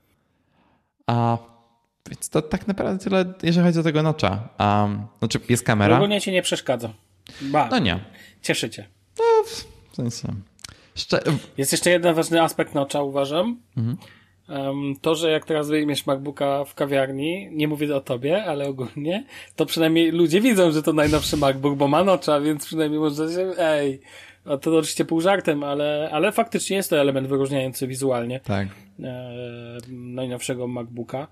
Więc to tak naprawdę tyle, jeżeli chodzi o tego notcha. Znaczy jest kamera. Ogólnie ci nie przeszkadza. No nie. Cieszy cię. No, w sensie. Jest jeszcze jeden ważny aspekt notcha, uważam. Mhm. To, że jak teraz wyjmiesz MacBooka w kawiarni, nie mówię o tobie, ale ogólnie, to przynajmniej ludzie widzą, że to najnowszy MacBook, bo ma notcha, więc przynajmniej można się, to oczywiście pół żartem, ale faktycznie jest to element wyróżniający wizualnie najnowszego MacBooka.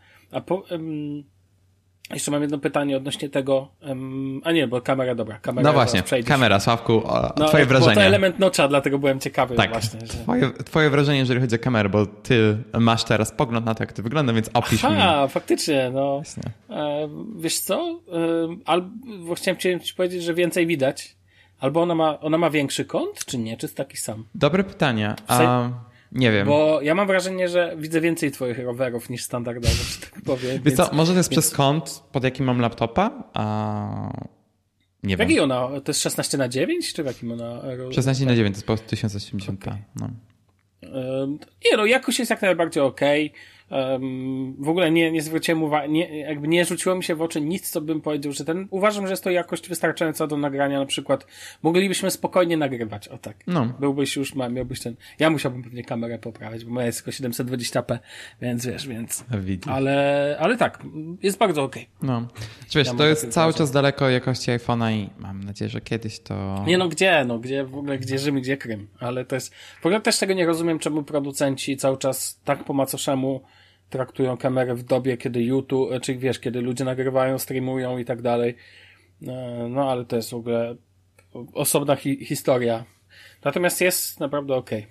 Jeszcze mam jedno pytanie odnośnie tego. Bo kamera, dobra. No właśnie, kamera, Sławku, twoje wrażenie. Bo to element notcha, dlatego byłem ciekawy. Tak, właśnie. Że... twoje wrażenie, jeżeli chodzi o kamerę, bo ty masz teraz pogląd na to, jak to wygląda, więc opisz mi. Faktycznie, no. Wiesz co? Albo chciałem ci powiedzieć, że więcej widać. Albo ona ma większy kąt, czy nie? Czy jest taki sam? Dobre pytanie. Nie wiem. Bo ja mam wrażenie, że widzę więcej twoich rowerów niż standardowo, że tak powiem. Wiesz co, może to jest przez kąt, pod jakim mam laptopa? Nie wiem. Jaki ona? To jest 16:9? Czy w jakim ona? 16:9 to jest po 1080p. Okay. No. Jakość jest jak najbardziej okej. W ogóle nie zwróciłem uwagi, nie rzuciło mi się w oczy nic, co bym powiedział, że uważam, że jest to jakość wystarczająca do nagrania, na przykład moglibyśmy spokojnie nagrywać, o tak. No. Miałbyś ja musiałbym pewnie kamerę poprawić, bo moja jest tylko 720p, więc wiesz, ale tak, jest bardzo okej. No. Wiesz, to jest cały czas daleko jakości iPhone'a i mam nadzieję, że kiedyś to... Gdzie w ogóle, gdzie Rzym, gdzie Krym, ale to jest, w ogóle też tego nie rozumiem, czemu producenci cały czas tak po macoszemu traktują kamerę w dobie, kiedy YouTube, czy wiesz, kiedy ludzie nagrywają, streamują i tak dalej. No, ale to jest w ogóle osobna historia. Natomiast jest naprawdę okej.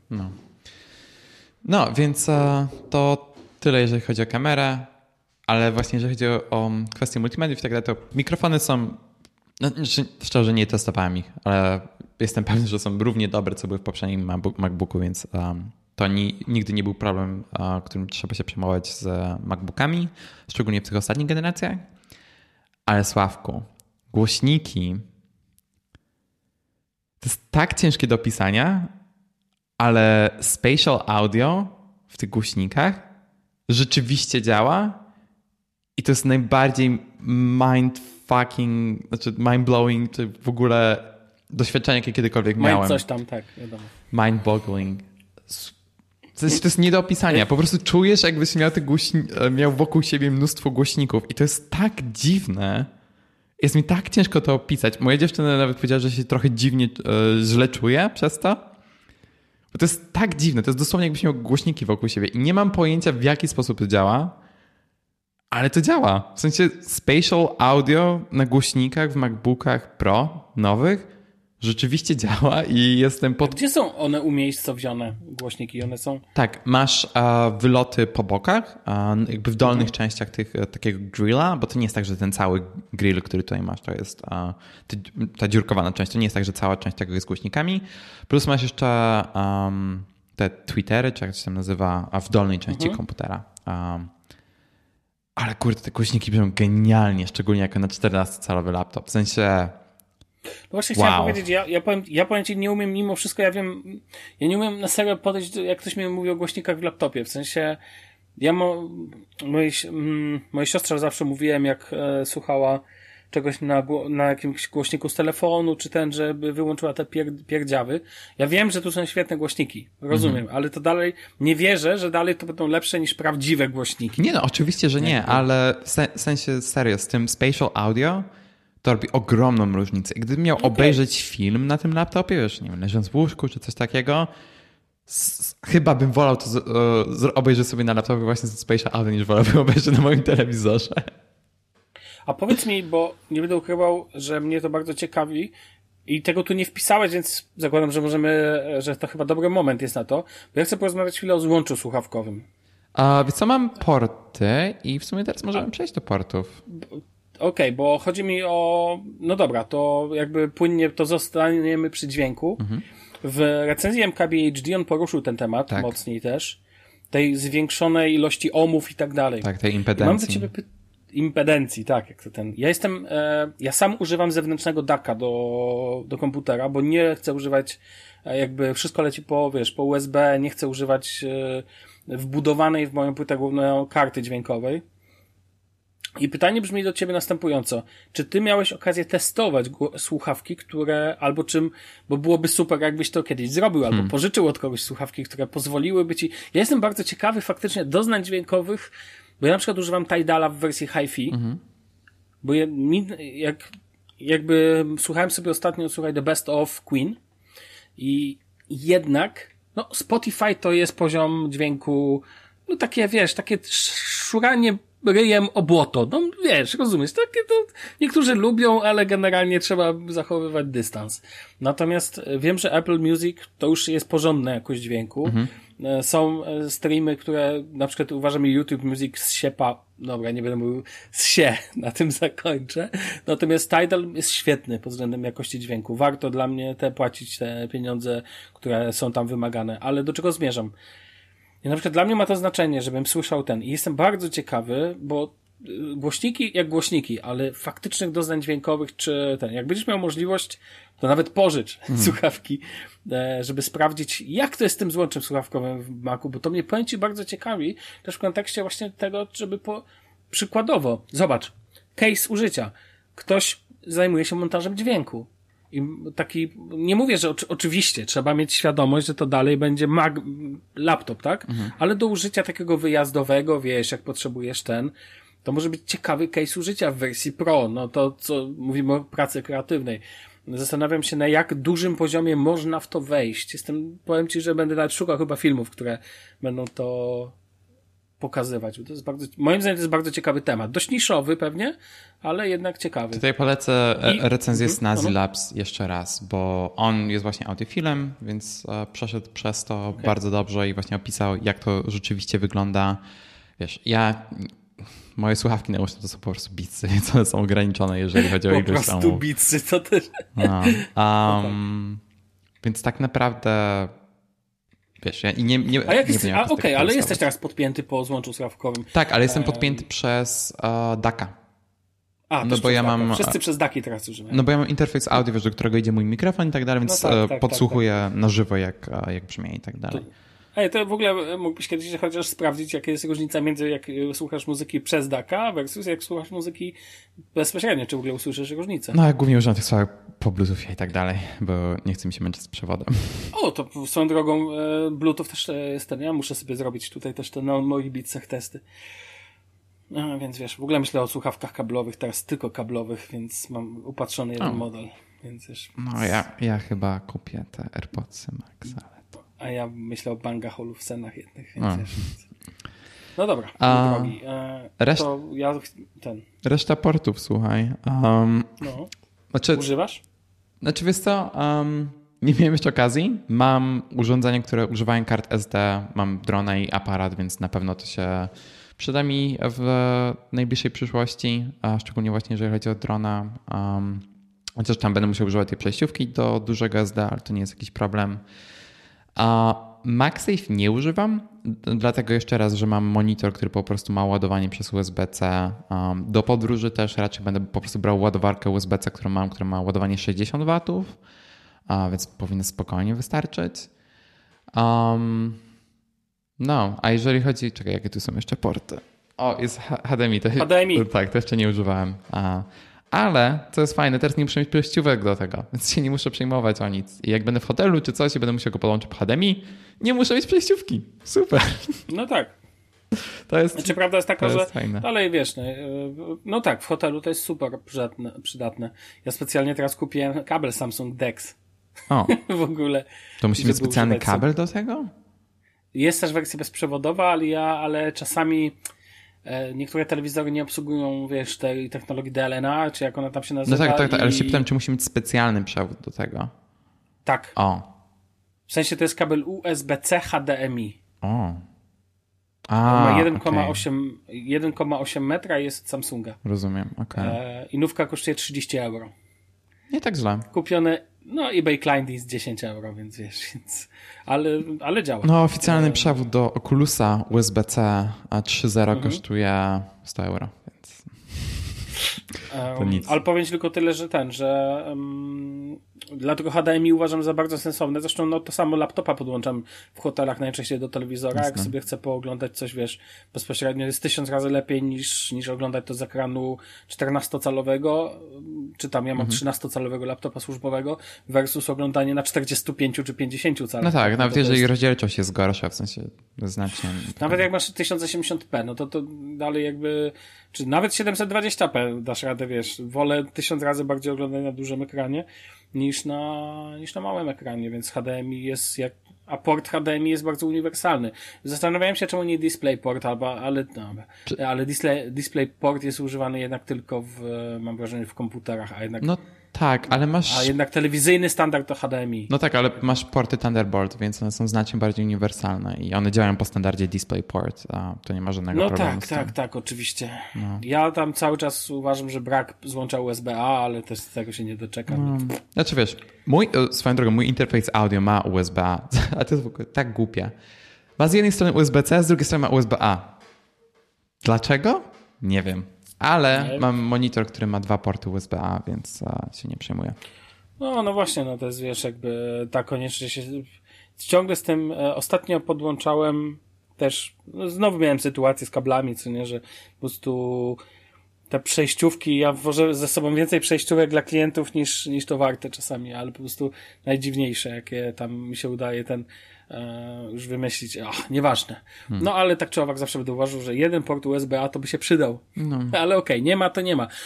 No, więc to tyle, jeżeli chodzi o kamerę, ale właśnie jeżeli chodzi o kwestie multimediów i tak dalej, to mikrofony są, szczerze nie testowałem ich, ale jestem pewny, że są równie dobre, co były w poprzednim MacBooku, więc to nigdy nie był problem, którym trzeba się przejmować z MacBookami, szczególnie w tych ostatnich generacjach. Ale Sławku, głośniki to jest tak ciężkie do opisania, ale spatial audio w tych głośnikach rzeczywiście działa i to jest najbardziej mind-blowing, czy w ogóle doświadczenie, jakie kiedykolwiek miałem. Coś tam, tak, wiadomo. Mind-boggling. To jest nie do opisania. Po prostu czujesz, jakbyś miał wokół siebie mnóstwo głośników i to jest tak dziwne. Jest mi tak ciężko to opisać. Moja dziewczyna nawet powiedziała, że się trochę dziwnie, źle czuje przez to. Bo to jest tak dziwne. To jest dosłownie jakbyś miał głośniki wokół siebie i nie mam pojęcia, w jaki sposób to działa, ale to działa. W sensie spatial audio na głośnikach w MacBookach Pro nowych rzeczywiście działa i jestem Gdzie są one umiejscowione, głośniki? One są... Tak, masz wyloty po bokach, jakby w dolnych częściach takiego grilla, bo to nie jest tak, że ten cały grill, który tutaj masz, to jest ta dziurkowana część. To nie jest tak, że cała część tego jest głośnikami. Plus masz jeszcze te tweetery, czy jak to się tam nazywa, w dolnej części komputera. Ale kurde, te głośniki brzmią genialnie, szczególnie jako na 14-calowy laptop. W sensie... No właśnie chciałem powiedzieć, ja powiem ci, nie umiem mimo wszystko, ja nie umiem na serio podejść, jak ktoś mi mówi o głośnikach w laptopie, w sensie mojej siostrze zawsze mówiłem, jak słuchała czegoś na jakimś głośniku z telefonu, czy ten, żeby wyłączyła te pierdziawy. Ja wiem, że tu są świetne głośniki, rozumiem, ale to dalej, nie wierzę, że dalej to będą lepsze niż prawdziwe głośniki. Nie no, oczywiście, że nie, ale w sensie serio, z tym spatial audio to robi ogromną różnicę. I gdybym miał obejrzeć film na tym laptopie, wiesz, nie wiem, leżąc w łóżku czy coś takiego, chyba bym wolał to obejrzeć sobie na laptopie właśnie z spatial audio, niż wolałbym obejrzeć na moim telewizorze. A powiedz mi, bo nie będę ukrywał, że mnie to bardzo ciekawi i tego tu nie wpisałeś, więc zakładam, że to chyba dobry moment jest na to, bo ja chcę porozmawiać chwilę o złączu słuchawkowym. Wiesz co, mam porty i w sumie teraz możemy przejść do portów. Okej, bo chodzi mi o... No dobra, to jakby płynnie to zostaniemy przy dźwięku. W recenzji MKBHD on poruszył ten temat mocniej też. Tej zwiększonej ilości ohmów i tak dalej. Tak, tej impedencji. Mam do ciebie impedencji, tak, jak to ten. Ja sam używam zewnętrznego DAC-a do komputera, bo nie chcę używać, jakby wszystko leci po USB, nie chcę używać wbudowanej w moją płytę główną karty dźwiękowej. I pytanie brzmi do ciebie następująco. Czy ty miałeś okazję testować słuchawki, bo byłoby super, jakbyś to kiedyś zrobił, albo pożyczył od kogoś słuchawki, które pozwoliłyby ci... Ja jestem bardzo ciekawy faktycznie doznań dźwiękowych, bo ja na przykład używam Tidala w wersji hi-fi, bo jakby słuchałem sobie ostatnio, The Best of Queen i jednak, Spotify to jest poziom dźwięku, takie szuranie ryjem o błoto. Rozumiesz, takie to niektórzy lubią, ale generalnie trzeba zachowywać dystans. Natomiast wiem, że Apple Music to już jest porządna jakość dźwięku. Są streamy, które na przykład uważam, YouTube Music dobra, nie będę mówił na tym zakończę. Natomiast Tidal jest świetny pod względem jakości dźwięku. Warto dla mnie płacić te pieniądze, które są tam wymagane. Ale do czego zmierzam? I na przykład dla mnie ma to znaczenie, żebym słyszał I jestem bardzo ciekawy, bo głośniki jak głośniki, ale faktycznych doznań dźwiękowych jak będziesz miał możliwość, to nawet pożycz słuchawki, żeby sprawdzić, jak to jest z tym złączem słuchawkowym w Macu, bo to mnie, powiem ci, bardzo ciekawi, też w kontekście właśnie tego, żeby przykładowo, zobacz, case użycia. Ktoś zajmuje się montażem dźwięku. I nie mówię, że oczywiście trzeba mieć świadomość, że to dalej będzie laptop, tak? Ale do użycia takiego wyjazdowego, jak potrzebujesz to może być ciekawy case użycia w wersji Pro. To, co mówimy o pracy kreatywnej. Zastanawiam się, na jak dużym poziomie można w to wejść. Powiem ci, że będę nawet szukał chyba filmów, które będą to pokazywać. To jest moim zdaniem to jest bardzo ciekawy temat. Dość niszowy pewnie, ale jednak ciekawy. Tutaj polecę recenzję z Nazi Labs jeszcze raz, bo on jest właśnie audiofilem, więc przeszedł przez to bardzo dobrze i właśnie opisał, jak to rzeczywiście wygląda. Moje słuchawki nauszne to są po prostu Beatsy, więc one są ograniczone, jeżeli chodzi o ilość Po prostu Beatsy, to też... Więc tak naprawdę... ja nie ale jesteś teraz podpięty po złączu słuchawkowym. Tak, ale jestem podpięty przez DAC-a. Bo ja mam... Wszyscy przez DAC-i teraz używają. Bo ja mam interfejs audio, do którego idzie mój mikrofon i tak dalej, więc podsłuchuję na żywo, jak brzmi i tak dalej. To w ogóle mógłbyś kiedyś chociaż sprawdzić, jaka jest różnica między jak słuchasz muzyki przez DAC-a versus jak słuchasz muzyki bezpośrednio, czy w ogóle usłyszysz różnicę? Ja głównie używam tych słuchawek po Bluetoothie i tak dalej, bo nie chcę mi się męczyć z przewodem. To swoją drogą Bluetooth też jest ja muszę sobie zrobić tutaj też na moich Beatsach testy. Więc w ogóle myślę o słuchawkach kablowych, teraz tylko kablowych, więc mam upatrzony jeden model. Więc ja chyba kupię te AirPodsy Max, ale... A ja myślę o Bangach Olufsenach jednych, więc no dobra, drogi. Reszta portów, słuchaj. Używasz? Wiesz co, nie miałem jeszcze okazji. Mam urządzenia, które używają kart SD, mam drona i aparat, więc na pewno to się przyda mi w najbliższej przyszłości, a szczególnie właśnie jeżeli chodzi o drona. Chociaż tam będę musiał używać tej przejściówki do dużego SD, ale to nie jest jakiś problem. MagSafe nie używam, dlatego jeszcze raz, że mam monitor, który po prostu ma ładowanie przez USB-C. Do podróży też raczej będę po prostu brał ładowarkę USB-C, która ma ładowanie 60 W, więc powinno spokojnie wystarczyć. A jeżeli chodzi... Czekaj, jakie tu są jeszcze porty? Jest HDMI. HDMI. Tak, to jeszcze nie używałem. Ale, co jest fajne, teraz nie muszę mieć przejściówek do tego, więc się nie muszę przejmować o nic. I jak będę w hotelu czy coś i będę musiał go podłączyć po HDMI, nie muszę mieć przejściówki. Super. No tak. To jest, znaczy, prawda jest taka, że fajne. dalej wiesz, no tak, w hotelu to jest super przydatne. Ja specjalnie teraz kupiłem kabel Samsung DeX. O. W ogóle. To musi mieć specjalny kabel do tego? Jest też wersja bezprzewodowa, ale czasami niektóre telewizory nie obsługują, wiesz, tej technologii DLNA, czy jak ona tam się nazywa. No tak, ale się pytam, czy musi mieć specjalny przewód do tego. Tak. O. W sensie to jest kabel USB-C HDMI. O. Ma 1,8 metra i jest od Samsunga. Rozumiem, okej. I nówka kosztuje 30 euro. Nie tak źle. Kupione, eBay Klein jest 10 euro, więc wiesz, ale działa. No, oficjalny przewód do Oculusa USB-C a 3.0 kosztuje 100 euro, więc to nic. Ale powiem ci tylko tyle, że dlatego HDMI uważam za bardzo sensowne. Zresztą to samo laptopa podłączam w hotelach najczęściej do telewizora. Jak sobie chcę pooglądać coś, wiesz, bezpośrednio jest 1000 razy lepiej niż oglądać to z ekranu 14-calowego, czy tam ja mam 13-calowego laptopa służbowego versus oglądanie na 45 czy 50 calach. No tak, nawet jeżeli rozdzielczość jest gorsza, w sensie znacznie. Nawet jak masz 1080p, no to dalej jakby, czy nawet 720p dasz radę, wiesz, wolę 1000 razy bardziej oglądać na dużym ekranie niż na małym ekranie, więc HDMI jest a port HDMI jest bardzo uniwersalny. Zastanawiałem się, czemu nie DisplayPort, ale DisplayPort jest używany jednak tylko mam wrażenie, w komputerach, a jednak no tak, ale a jednak telewizyjny standard to HDMI. No tak, ale masz porty Thunderbolt, więc one są znacznie bardziej uniwersalne i one działają po standardzie DisplayPort, a to nie ma żadnego problemu z tym. Tak, oczywiście. No. Ja tam cały czas uważam, że brak złącza USB-A, ale też z tego się nie doczekam. No. Znaczy wiesz, swoją drogą, mój interfejs audio ma USB-A, a to jest w ogóle tak głupie. Ma z jednej strony USB-C, z drugiej strony ma USB-A. Dlaczego? Nie wiem. Ale mam monitor, który ma 2 porty USB-A, więc się nie przejmuję. No właśnie, to jest, wiesz, jakby ta konieczność się... Ciągle z tym ostatnio podłączałem też, znowu miałem sytuację z kablami, co nie, że po prostu te przejściówki, ja włożę ze sobą więcej przejściówek dla klientów niż to warte czasami, ale po prostu najdziwniejsze, jakie tam mi się udaje już wymyślić. Nieważne. No ale tak czy owak zawsze będę uważał, że jeden port USB-A to by się przydał. No. Ale okej, nie ma to nie ma.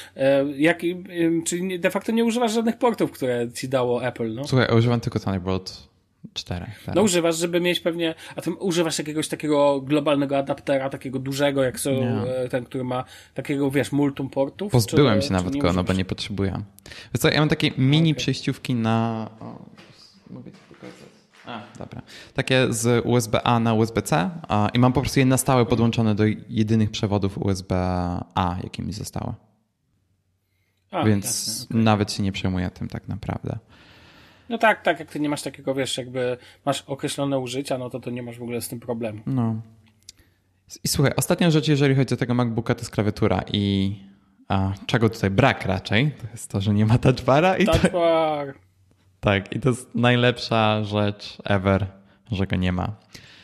Czyli de facto nie używasz żadnych portów, które ci dało Apple, no? Słuchaj, używam tylko Thunderbolt 4. Teraz. No używasz, żeby mieć pewnie... A ty używasz jakiegoś takiego globalnego adaptera, takiego dużego, jak ten, który ma takiego, wiesz, multum portów? Pozbyłem się nawet go, bo nie potrzebuję. Wiesz co, ja mam takie mini przejściówki na... Mogę ci pokazać. Dobra. Takie z USB-A na USB-C i mam po prostu je na stałe podłączone do jedynych przewodów USB-A, jakie mi zostały. Więc jasne, okay. Nawet się nie przejmuję tym tak naprawdę. No tak, jak ty nie masz takiego, wiesz, jakby masz określone użycia, no to nie masz w ogóle z tym problemu. No. I słuchaj, ostatnia rzecz, jeżeli chodzi o tego MacBooka, to jest klawiatura i czego tutaj brak raczej, to jest to, że nie ma touchbara. Touch bar. Tak, i to jest najlepsza rzecz ever, że go nie ma.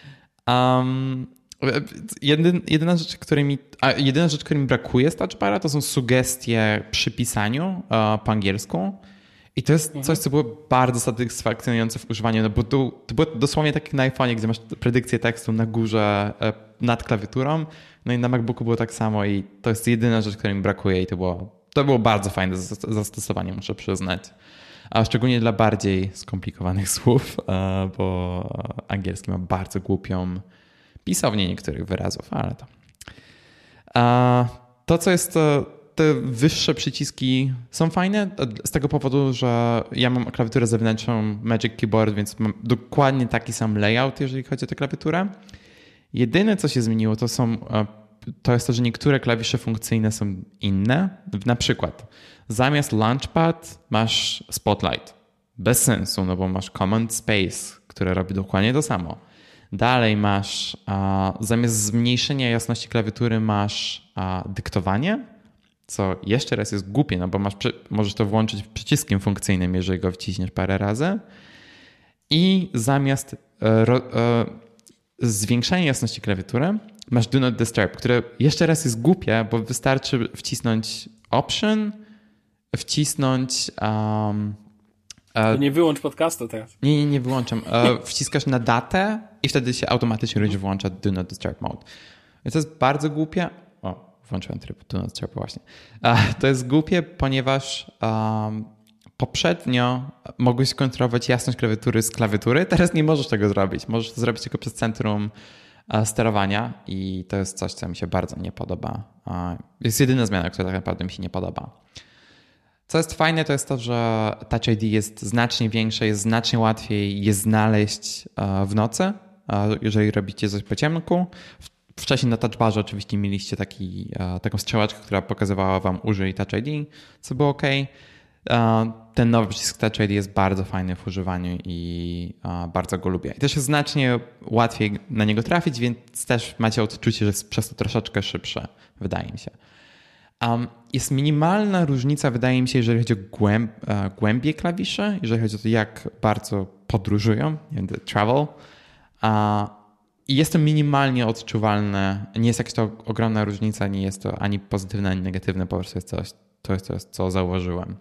Jedyna rzecz, której mi brakuje z touchbara, to są sugestie przy pisaniu po angielsku. I to jest coś, co było bardzo satysfakcjonujące w używaniu, no bo to było dosłownie tak jak na iPhone'ie, gdzie masz predykcję tekstu na górze nad klawiaturą, no i na MacBooku było tak samo i to jest jedyna rzecz, której mi brakuje i to było bardzo fajne zastosowanie, muszę przyznać. A szczególnie dla bardziej skomplikowanych słów, bo angielski ma bardzo głupią pisownię niektórych wyrazów, ale to. To, co jest, te wyższe przyciski są fajne z tego powodu, że ja mam klawiaturę zewnętrzną Magic Keyboard, więc mam dokładnie taki sam layout, jeżeli chodzi o tę klawiaturę. Jedyne, co się zmieniło, to jest to, że niektóre klawisze funkcyjne są inne. Na przykład zamiast Launchpad masz Spotlight. Bez sensu, no bo masz Command Space, które robi dokładnie to samo. Dalej masz, zamiast zmniejszenia jasności klawiatury masz dyktowanie, co jeszcze raz jest głupie, no bo możesz to włączyć przyciskiem funkcyjnym, jeżeli go wciśniesz parę razy. I zamiast zwiększania jasności klawiatury masz Do Not Disturb, które jeszcze raz jest głupie, bo wystarczy wcisnąć Option wcisnąć... To nie wyłącz podcastu teraz. Nie wyłączam. Wciskasz na datę i wtedy się automatycznie włącza Do Not Disturb Mode. I to jest bardzo głupie. Włączyłem tryb Do Not Disturb właśnie. To jest głupie, ponieważ poprzednio mogłeś kontrolować jasność klawiatury z klawiatury. Teraz nie możesz tego zrobić. Możesz to zrobić tylko przez centrum sterowania i to jest coś, co mi się bardzo nie podoba. Jest jedyna zmiana, która tak naprawdę mi się nie podoba. Co jest fajne, to jest to, że Touch ID jest znacznie większe, jest znacznie łatwiej je znaleźć w nocy, jeżeli robicie coś po ciemku. Wcześniej na Touch Barze oczywiście mieliście taką strzałeczkę, która pokazywała wam użyj Touch ID, co było ok. Ten nowy przycisk Touch ID jest bardzo fajny w używaniu i bardzo go lubię. I też jest znacznie łatwiej na niego trafić, więc też macie odczucie, że jest przez to troszeczkę szybsze, wydaje mi się. Jest minimalna różnica, wydaje mi się, jeżeli chodzi o głębię klawiszy, jeżeli chodzi o to, jak bardzo podróżują, nie wiem, travel. I jest to minimalnie odczuwalne. Nie jest jakaś to ogromna różnica, nie jest to ani pozytywne, ani negatywne, po prostu jest coś, co zauważyłem.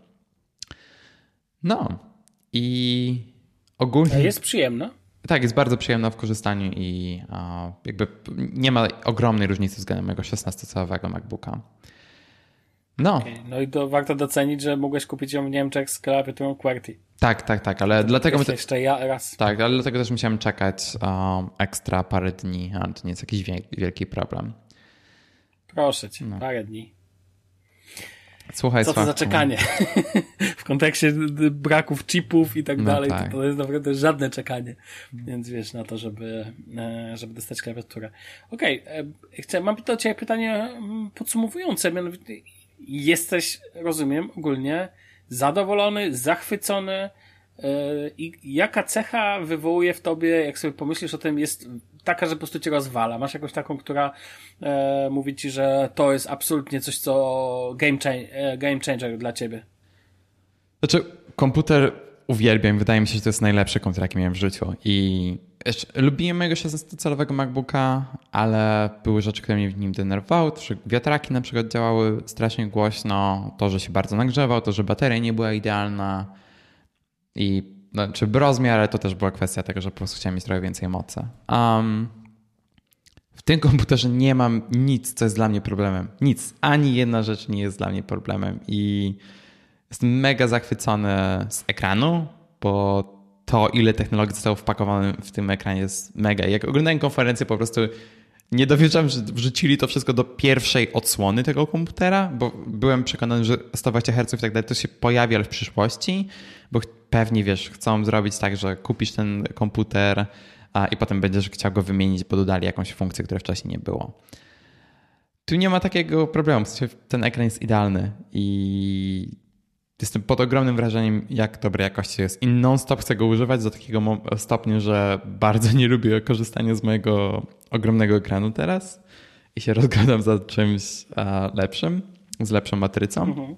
No i ogólnie... Jest przyjemna. Tak, jest bardzo przyjemna w korzystaniu i jakby nie ma ogromnej różnicy względem mojego 16-calowego MacBooka. No. Okay. No i to warto docenić, że mogłeś kupić ją w Niemczech z klawiaturą QWERTY. Tak, ale dlatego... Jeszcze raz. Tak, ale dlatego też musiałem czekać ekstra parę dni, ale to nie jest jakiś wielki problem. Proszę cię, parę dni. Słuchaj, co to za czekanie? W kontekście braków chipów i tak dalej, tak. To jest naprawdę żadne czekanie. Więc wiesz, na to, żeby dostać klawiaturę. Okej, mam do ciebie pytanie podsumowujące. Mianowicie, jesteś, rozumiem, ogólnie zadowolony, zachwycony i jaka cecha wywołuje w tobie, jak sobie pomyślisz o tym, jest taka, że po prostu cię rozwala. Masz jakąś taką, która mówi ci, że to jest absolutnie coś, co game changer dla ciebie. Znaczy, komputer uwielbiam. Wydaje mi się, że to jest najlepszy komputer, jaki miałem w życiu. I jeszcze lubiłem mojego 16-calowego MacBooka, ale były rzeczy, które mnie w nim denerwowały. To, że wiatraki na przykład działały strasznie głośno, to, że się bardzo nagrzewał, to, że bateria nie była idealna i znaczy rozmiar, ale to też była kwestia tego, że po prostu chciałem mieć trochę więcej mocy. W tym komputerze nie mam nic, co jest dla mnie problemem. Nic. Ani jedna rzecz nie jest dla mnie problemem i jestem mega zachwycony z ekranu, bo to, ile technologii zostało wpakowane w tym ekranie jest mega. Jak oglądałem konferencję, po prostu nie dowierzam, że wrzucili to wszystko do pierwszej odsłony tego komputera, bo byłem przekonany, że 120 Hz i tak dalej to się pojawi, ale w przyszłości, bo pewnie, wiesz, chcą zrobić tak, że kupisz ten komputer i potem będziesz chciał go wymienić, bo dodali jakąś funkcję, której wcześniej nie było. Tu nie ma takiego problemu. W sensie ten ekran jest idealny i jestem pod ogromnym wrażeniem, jak dobrej jakości jest. I non-stop chcę go używać do takiego stopnia, że bardzo nie lubię korzystania z mojego ogromnego ekranu teraz i się rozglądam za czymś lepszym, z lepszą matrycą.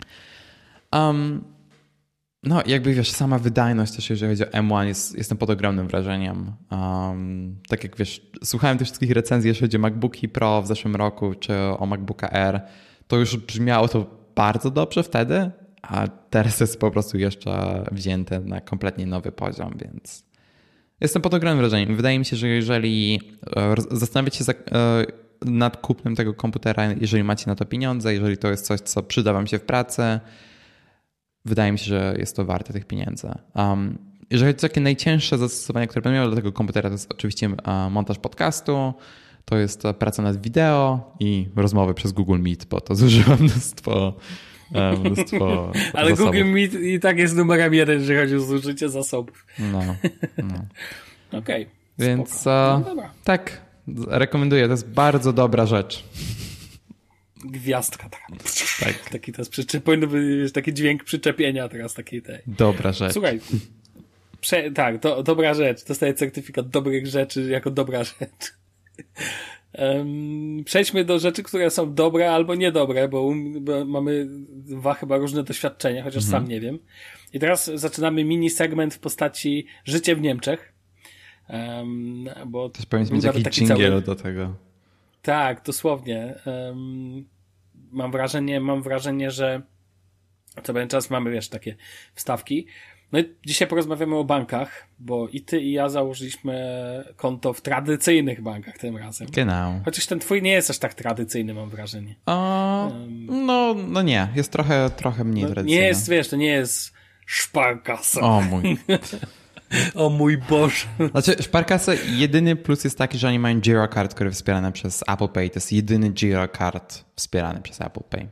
No jakby wiesz, sama wydajność też, jeżeli chodzi o M1, jestem pod ogromnym wrażeniem. Tak jak wiesz, słuchałem tych wszystkich recenzji, jeżeli chodzi o MacBooki Pro w zeszłym roku, czy o MacBooka Air, to już brzmiało to bardzo dobrze wtedy, a teraz jest po prostu jeszcze wzięte na kompletnie nowy poziom, więc jestem pod ogromnym wrażeniem. Wydaje mi się, że jeżeli zastanawiacie się nad kupnem tego komputera, jeżeli macie na to pieniądze, jeżeli to jest coś, co przyda wam się w pracy, wydaje mi się, że jest to warte tych pieniędzy. Jeżeli chodzi o takie najcięższe zastosowania, które będę miał do tego komputera, to jest oczywiście montaż podcastu, to jest praca nad wideo i rozmowy przez Google Meet, bo to zużywam mnóstwo ale zasobów. Google Meet i tak jest numerem 1, jeżeli chodzi o zużycie zasobów. No. Okej. Więc tak, rekomenduję. To jest bardzo dobra rzecz. Gwiazdka. Tak. Taki teraz powinno być taki dźwięk przyczepienia teraz takiej tej. Dobra rzecz. Słuchaj, dobra rzecz. Dostaję certyfikat dobrych rzeczy jako dobra rzecz. Przejdźmy do rzeczy, które są dobre albo niedobre, bo mamy dwa chyba różne doświadczenia, chociaż sam nie wiem. I teraz zaczynamy mini segment w postaci życie w Niemczech. Bo też powinien mieć jakiś dżingiel do tego. Tak, dosłownie. Mam wrażenie, że Co pewien czas mamy, wiesz, takie wstawki. No i dzisiaj porozmawiamy o bankach, bo i ty, i ja założyliśmy konto w tradycyjnych bankach tym razem. Genau. Chociaż ten twój nie jest aż tak tradycyjny, mam wrażenie. No nie, jest trochę mniej tradycyjny. Nie jest, wiesz, to nie jest Sparkassa. O mój. O mój Boże. Znaczy, Sparkassa, jedyny plus jest taki, że oni mają Girocard, który wspierany przez Apple Pay. To jest jedyny Girocard wspierany przez Apple Pay.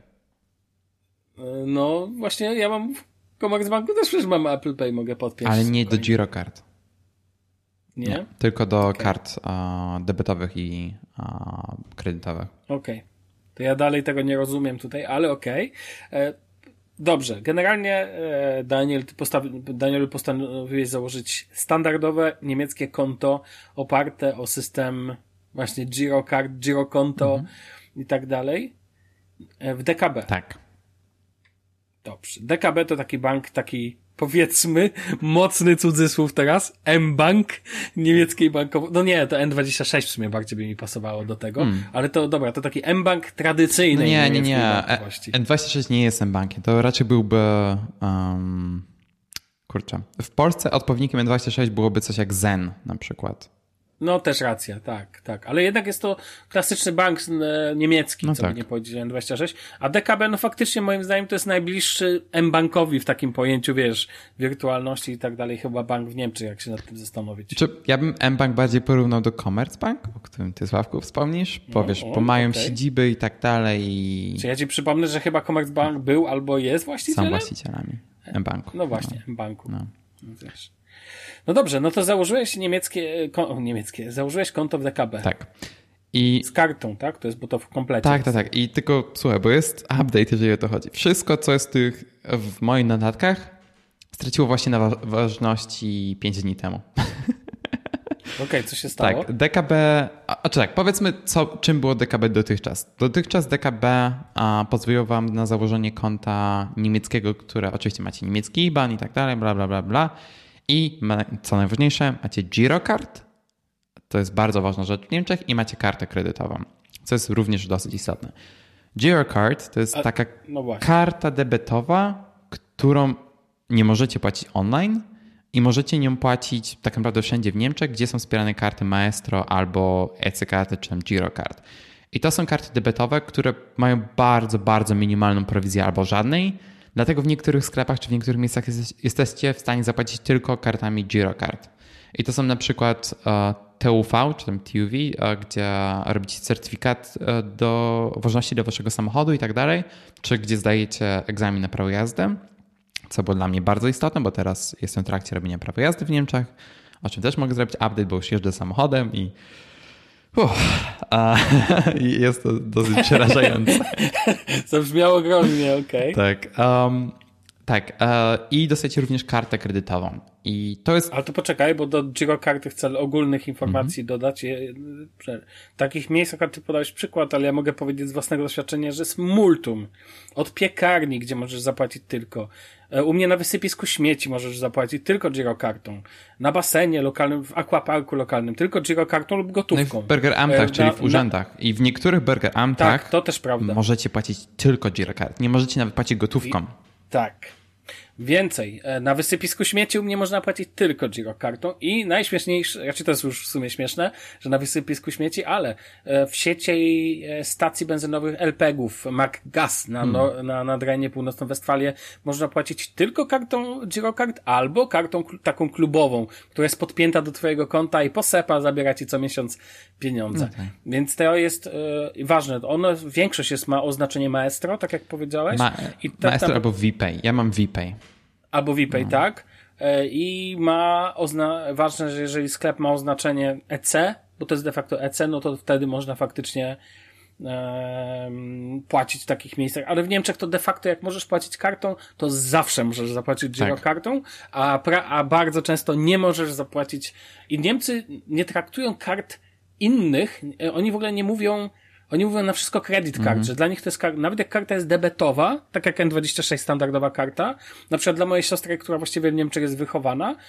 No, właśnie ja mam w Commerzbanku też przecież mam Apple Pay, mogę podpiąć. Ale nie do Girocard. Nie? Tylko do kart debetowych i kredytowych. Okej. To ja dalej tego nie rozumiem tutaj, ale okej. Dobrze. Generalnie Daniel postanowiłeś założyć standardowe niemieckie konto oparte o system właśnie Girocard, Girokonto i tak dalej w DKB. Tak. Dobrze. DKB to taki bank, taki powiedzmy, mocny cudzysłów teraz, mBank niemieckiej bankowej. No nie, to N26 w sumie bardziej by mi pasowało do tego, ale to dobra, to taki mBank tradycyjny. Nie. N26 nie jest mBankiem, to raczej byłby w Polsce odpowiednikiem N26 byłoby coś jak Zen na przykład. No też racja, tak. Ale jednak jest to klasyczny bank niemiecki, no co tak. by nie powiedzieć N26. A DKB, no faktycznie moim zdaniem to jest najbliższy mBankowi w takim pojęciu, wiesz, wirtualności i tak dalej. Chyba bank w Niemczech, jak się nad tym zastanowić. Ja bym mBank bardziej porównał do Commerzbank, o którym ty, Sławku, wspomnisz, bo mają siedziby i tak dalej. Czy ja ci przypomnę, że chyba Commerzbank był albo jest właścicielem? Są właścicielami mBanku. No właśnie, mBanku. No wiesz. No dobrze, no to założyłeś założyłeś konto w DKB. Tak. Z kartą, tak? To jest, bo to w komplecie. Tak. I tylko, słuchaj, bo jest update, jeżeli o to chodzi. Wszystko, co jest w moich notatkach, straciło właśnie na ważności 5 dni temu. Okej, co się stało? Tak, DKB, powiedzmy, czym było DKB dotychczas. Dotychczas DKB pozwoliło wam na założenie konta niemieckiego, które oczywiście macie niemiecki IBAN i tak dalej, bla, bla, bla, bla. I co najważniejsze, macie Girocard, to jest bardzo ważna rzecz w Niemczech, i macie kartę kredytową, co jest również dosyć istotne. Girocard to jest taka karta debetowa, którą nie możecie płacić online i możecie nią płacić tak naprawdę wszędzie w Niemczech, gdzie są wspierane karty Maestro albo EC-karty czy tam Girocard. I to są karty debetowe, które mają bardzo, bardzo minimalną prowizję albo żadnej. Dlatego w niektórych sklepach czy w niektórych miejscach jesteście w stanie zapłacić tylko kartami Girocard. I to są na przykład TUV czy tam TUV, gdzie robicie certyfikat do ważności do waszego samochodu i tak dalej, czy gdzie zdajecie egzamin na prawo jazdy, co było dla mnie bardzo istotne, bo teraz jestem w trakcie robienia prawa jazdy w Niemczech, o czym też mogę zrobić update, bo już jeżdżę samochodem i jest to dosyć przerażające. Zabrzmiało groźnie, okej. Tak. I dostajecie również kartę kredytową. I to jest... Ale to poczekaj, bo do Girokarty chcę ogólnych informacji dodać. W takich miejscach, ty podałeś przykład, ale ja mogę powiedzieć z własnego doświadczenia, że jest multum. Od piekarni, gdzie możesz zapłacić tylko. U mnie na wysypisku śmieci możesz zapłacić tylko Girokartą. Na basenie lokalnym, w aquaparku lokalnym tylko Girokartą lub gotówką. No i w Burgeramtach, czyli w urzędach. I w niektórych Burgeramtach tak, to też prawda. Możecie płacić tylko Girocard. Nie możecie nawet płacić gotówką. Tak. Więcej. Na wysypisku śmieci u mnie można płacić tylko Girokartą i najśmieszniejsze, raczej to jest już w sumie śmieszne, że na wysypisku śmieci, ale w sieci stacji benzynowych LPG-ów McGas na Nadrenie Północną Westfalię można płacić tylko kartą Girocard albo kartą taką klubową, która jest podpięta do twojego konta i po SEPA zabiera ci co miesiąc pieniądze. Okay. Więc to jest ważne. Większość ma oznaczenie Maestro, tak jak powiedziałeś. Maestro albo VPay. Ja mam VPay. Albo VPay, tak. I ważne, że jeżeli sklep ma oznaczenie EC, bo to jest de facto EC, no to wtedy można faktycznie płacić w takich miejscach. Ale w Niemczech to de facto jak możesz płacić kartą, to zawsze możesz zapłacić Girokartą, a bardzo często nie możesz zapłacić. I Niemcy nie traktują kart innych, oni w ogóle nie mówią na wszystko credit card, że dla nich to jest nawet jak karta jest debetowa, tak jak N26 standardowa karta, na przykład dla mojej siostry, która właściwie w Niemczech jest wychowana,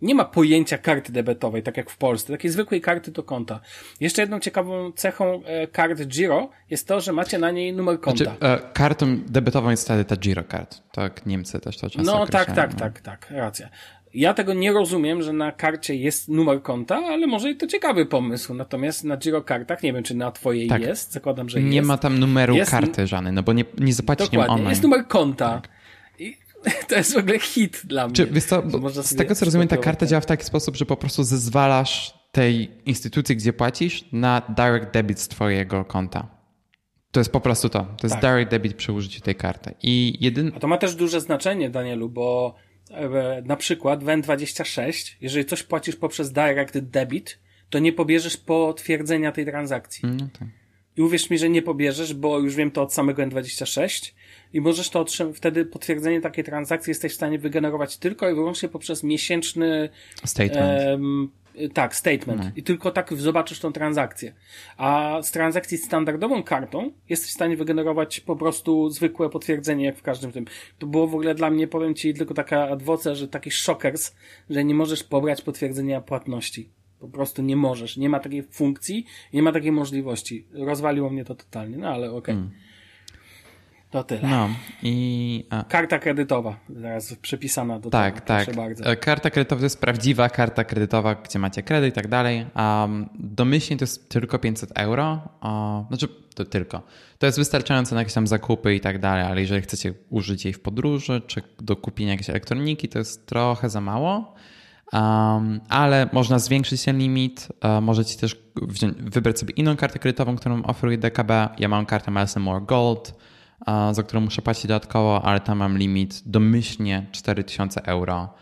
nie ma pojęcia karty debetowej, tak jak w Polsce, takiej zwykłej karty do konta. Jeszcze jedną ciekawą cechą kart Giro jest to, że macie na niej numer konta. Znaczy, kartą debetową jest wtedy ta Girocard. Tak, Niemcy też to często określają. Tak, racja. Ja tego nie rozumiem, że na karcie jest numer konta, ale może i to ciekawy pomysł. Natomiast na Girokartach, nie wiem, czy na twojej jest, zakładam, że nie jest. ma tam numeru karty żadnej, no bo nie zapłacisz nim online. Jest numer konta. Tak. I to jest w ogóle hit dla mnie. Wiesz co, z tego co rozumiem, ta karta działa w taki sposób, że po prostu zezwalasz tej instytucji, gdzie płacisz, na direct debit z twojego konta. To jest po prostu to. To jest direct debit przy użyciu tej karty. A to ma też duże znaczenie, Danielu, bo na przykład w N26, jeżeli coś płacisz poprzez direct debit, to nie pobierzesz potwierdzenia tej transakcji. No tak. I uwierz mi, że nie pobierzesz, bo już wiem to od samego N26 i możesz to wtedy potwierdzenie takiej transakcji jesteś w stanie wygenerować tylko i wyłącznie poprzez miesięczny statement. Statement. I tylko tak zobaczysz tą transakcję. A z transakcji standardową kartą jesteś w stanie wygenerować po prostu zwykłe potwierdzenie, jak w każdym tym. To było w ogóle dla mnie, powiem ci, tylko taka adwocja, że taki shockers, że nie możesz pobrać potwierdzenia płatności. Po prostu nie możesz. Nie ma takiej funkcji, nie ma takiej możliwości. Rozwaliło mnie to totalnie, no ale okej. To tyle. No Karta kredytowa, zaraz przypisana do tego. Proszę bardzo. Karta kredytowa to jest prawdziwa karta kredytowa, gdzie macie kredyt i tak dalej. Domyślnie to jest tylko 500 euro. Znaczy, to tylko. To jest wystarczające na jakieś tam zakupy i tak dalej, ale jeżeli chcecie użyć jej w podróży, czy do kupienia jakiejś elektroniki, to jest trochę za mało. Ale można zwiększyć ten limit. Możecie też wybrać sobie inną kartę kredytową, którą oferuje DKB. Ja mam kartę Miles & More Gold, za którą muszę płacić dodatkowo, ale tam mam limit domyślnie 4000 euro.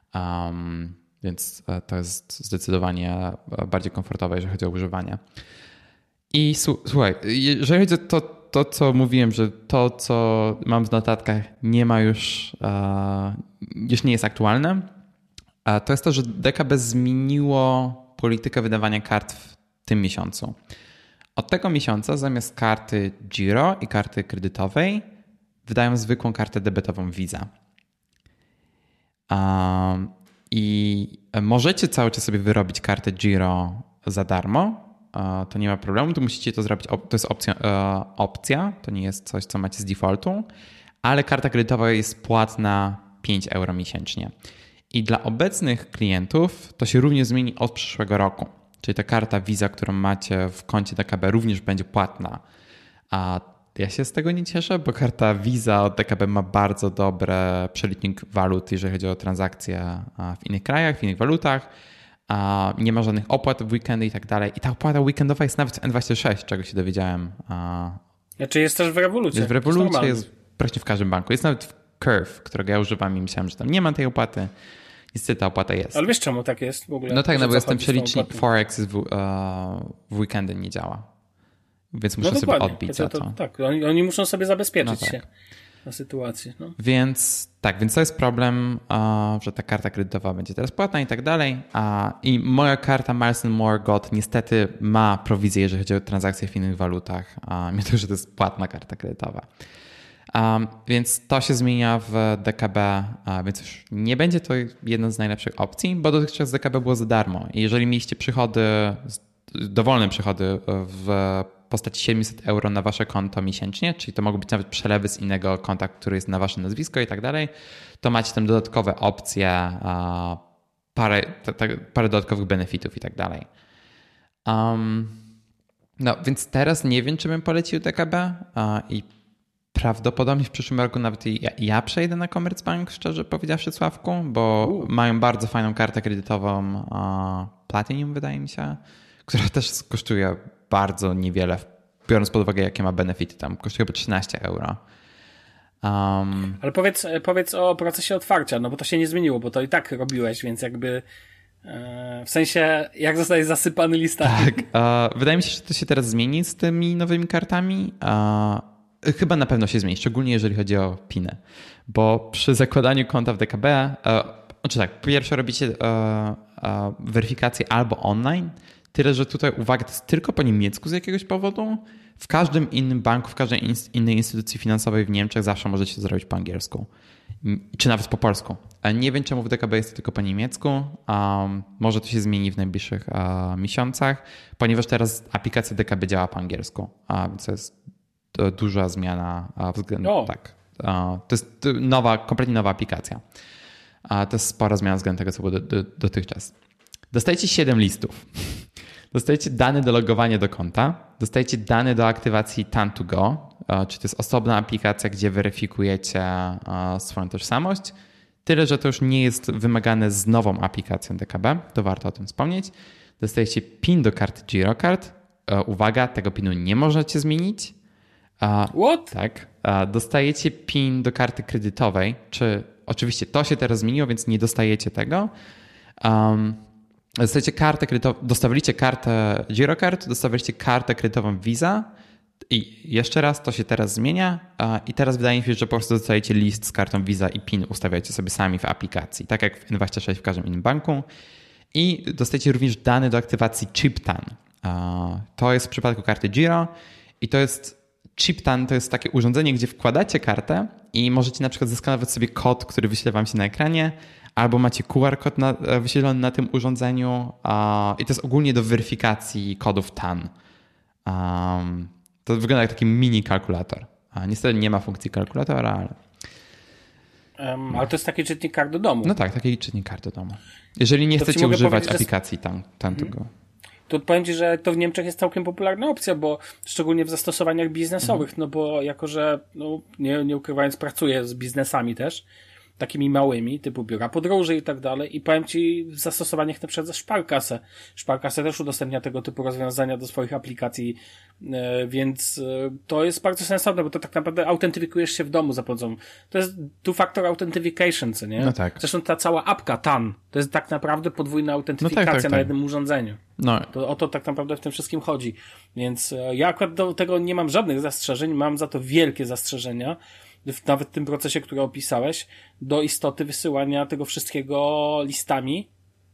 Więc to jest zdecydowanie bardziej komfortowe, jeżeli chodzi o używanie. I słuchaj, jeżeli chodzi o to, co mówiłem, że to, co mam w notatkach, nie ma już nie jest aktualne, to jest to, że DKB zmieniło politykę wydawania kart w tym miesiącu. Od tego miesiąca zamiast karty Giro i karty kredytowej wydają zwykłą kartę debetową Visa. I możecie cały czas sobie wyrobić kartę Giro za darmo. To nie ma problemu, tu musicie to zrobić. To jest opcja, to nie jest coś, co macie z defaultu, ale karta kredytowa jest płatna 5 euro miesięcznie. I dla obecnych klientów to się również zmieni od przyszłego roku. Czyli ta karta Visa, którą macie w koncie DKB, również będzie płatna. A ja się z tego nie cieszę, bo karta Visa od DKB ma bardzo dobry przelicznik walut, jeżeli chodzi o transakcje w innych krajach, w innych walutach. Nie ma żadnych opłat w weekendy i tak dalej. I ta opłata weekendowa jest nawet w N26, czego się dowiedziałem. Znaczy jest też w Revolucie. Jest w Revolucie, jest praktycznie w każdym banku. Jest nawet w Curve, którego ja używam i myślałem, że tam nie ma tej opłaty. Niestety ta opłata jest. Ale wiesz czemu tak jest w ogóle? No tak, bo jest ten przelicznik Forex w weekendy nie działa. Więc muszę sobie odbić za to. Tak, oni muszą sobie zabezpieczyć się na sytuację. No. Więc to jest problem, że ta karta kredytowa będzie teraz płatna i tak dalej. I moja karta Miles & More Gold niestety ma prowizję, jeżeli chodzi o transakcje w innych walutach, mimo tego, że to jest płatna karta kredytowa. Więc to się zmienia w DKB, więc już nie będzie to jedna z najlepszych opcji, bo dotychczas DKB było za darmo. I jeżeli mieliście dowolne przychody w postaci 700 euro na wasze konto miesięcznie, czyli to mogą być nawet przelewy z innego konta, który jest na wasze nazwisko i tak dalej, to macie tam dodatkowe opcje, parę dodatkowych benefitów i tak dalej. No więc teraz nie wiem, czy bym polecił DKB i prawdopodobnie w przyszłym roku nawet ja przejdę na Commerzbank, szczerze powiedziawszy, Sławku, bo mają bardzo fajną kartę kredytową Platinum, wydaje mi się, która też kosztuje bardzo niewiele, biorąc pod uwagę, jakie ma benefity. Tam kosztuje chyba 13 euro. Ale powiedz o procesie otwarcia, no bo to się nie zmieniło, bo to i tak robiłeś, więc jakby w sensie, jak zostajesz zasypany listami. Tak, wydaje mi się, że to się teraz zmieni z tymi nowymi kartami. Chyba na pewno się zmieni, szczególnie jeżeli chodzi o PIN-y, bo przy zakładaniu konta w DKB, znaczy tak, pierwsze robicie weryfikację albo online, tyle, że tutaj uwaga, to jest tylko po niemiecku z jakiegoś powodu. W każdym innym banku, w każdej innej instytucji finansowej w Niemczech zawsze możecie to zrobić po angielsku, czy nawet po polsku. Nie wiem, czemu w DKB jest to tylko po niemiecku. Może to się zmieni w najbliższych miesiącach, ponieważ teraz aplikacja DKB działa po angielsku, więc to jest duża zmiana względem. Tak. To jest kompletnie nowa aplikacja. To jest spora zmiana względem tego, co było dotychczas. Dostajecie 7 listów. Dostajecie dane do logowania do konta. Dostajecie dane do aktywacji Tan2Go, czyli to jest osobna aplikacja, gdzie weryfikujecie swoją tożsamość. Tyle, że to już nie jest wymagane z nową aplikacją DKB. To warto o tym wspomnieć. Dostajecie PIN do karty Girocard. Uwaga, tego PIN-u nie możecie zmienić. What? Tak. Dostajecie PIN do karty kredytowej, oczywiście to się teraz zmieniło, więc nie dostajecie tego. Dostajecie kartę kredytową, dostawiliście kartę Girocard, dostawiliście kartę kredytową Visa i jeszcze raz to się teraz zmienia i teraz wydaje mi się, że po prostu dostajecie list z kartą Visa i PIN ustawiacie sobie sami w aplikacji, tak jak w N26 w każdym innym banku. I dostajecie również dane do aktywacji ChipTan. To jest w przypadku karty Giro i to jest ChipTan, to jest takie urządzenie, gdzie wkładacie kartę i możecie na przykład zeskanować sobie kod, który wyśle wam się na ekranie, albo macie QR kod wyświetlony na tym urządzeniu i to jest ogólnie do weryfikacji kodów TAN. To wygląda jak taki mini kalkulator. Niestety nie ma funkcji kalkulatora, ale... Ale to jest taki czytnik kart do domu. No tak, taki czytnik kart do domu. Jeżeli nie chcecie używać aplikacji Tan2Go. To powiem ci, że to w Niemczech jest całkiem popularna opcja, bo szczególnie w zastosowaniach biznesowych, no bo jako, że nie ukrywając, pracuję z biznesami też, takimi małymi, typu biura podróży i tak dalej i powiem ci w zastosowaniach na przykład za Sparkasse. Sparkasse też udostępnia tego typu rozwiązania do swoich aplikacji, więc to jest bardzo sensowne, bo to tak naprawdę autentyfikujesz się w domu za pomocą. To jest two-factor authentication, co nie? No tak. Zresztą ta cała apka TAN, to jest tak naprawdę podwójna autentyfikacja na jednym urządzeniu. No. To o to tak naprawdę w tym wszystkim chodzi. Więc ja akurat do tego nie mam żadnych zastrzeżeń, mam za to wielkie zastrzeżenia, nawet w tym procesie, który opisałeś, do istoty wysyłania tego wszystkiego listami,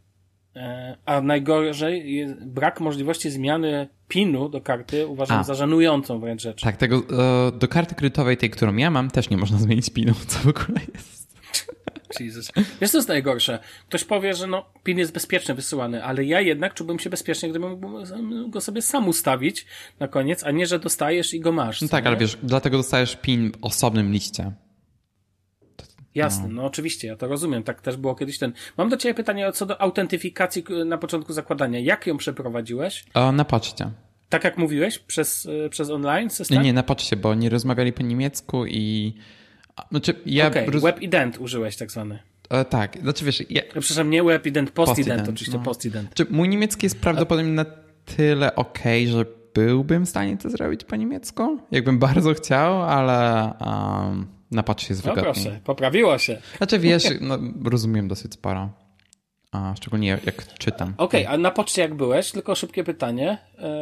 a najgorzej jest brak możliwości zmiany PIN-u do karty uważam za żenującą wręcz rzecz. Tak, tego do karty kredytowej, tej, którą ja mam, też nie można zmienić PIN-u, co w ogóle jest. Jesus. Wiesz, co jest najgorsze? Ktoś powie, że PIN jest bezpiecznie wysyłany, ale ja jednak czułbym się bezpiecznie, gdybym mógł go sobie sam ustawić na koniec, a nie, że dostajesz i go masz. No tak, ale wiesz, dlatego dostajesz PIN w osobnym liście. Jasne, no oczywiście, ja to rozumiem, tak też było kiedyś Mam do ciebie pytanie co do autentyfikacji na początku zakładania. Jak ją przeprowadziłeś? Na poczcie. Tak jak mówiłeś? Przez online system? Nie, na poczcie, bo nie rozmawiali po niemiecku i... WebIdent użyłeś tak zwany. Tak, znaczy wiesz... Przepraszam, nie WebIdent, PostIdent, oczywiście PostIdent. Mój niemiecki jest prawdopodobnie na tyle okej, że byłbym w stanie to zrobić po niemiecku. Jakbym bardzo chciał, ale na poczcie jest wygodniej. No proszę, poprawiło się. Znaczy wiesz, rozumiem dosyć sporo. Szczególnie jak czytam. Okej, a na poczcie jak byłeś? Tylko szybkie pytanie.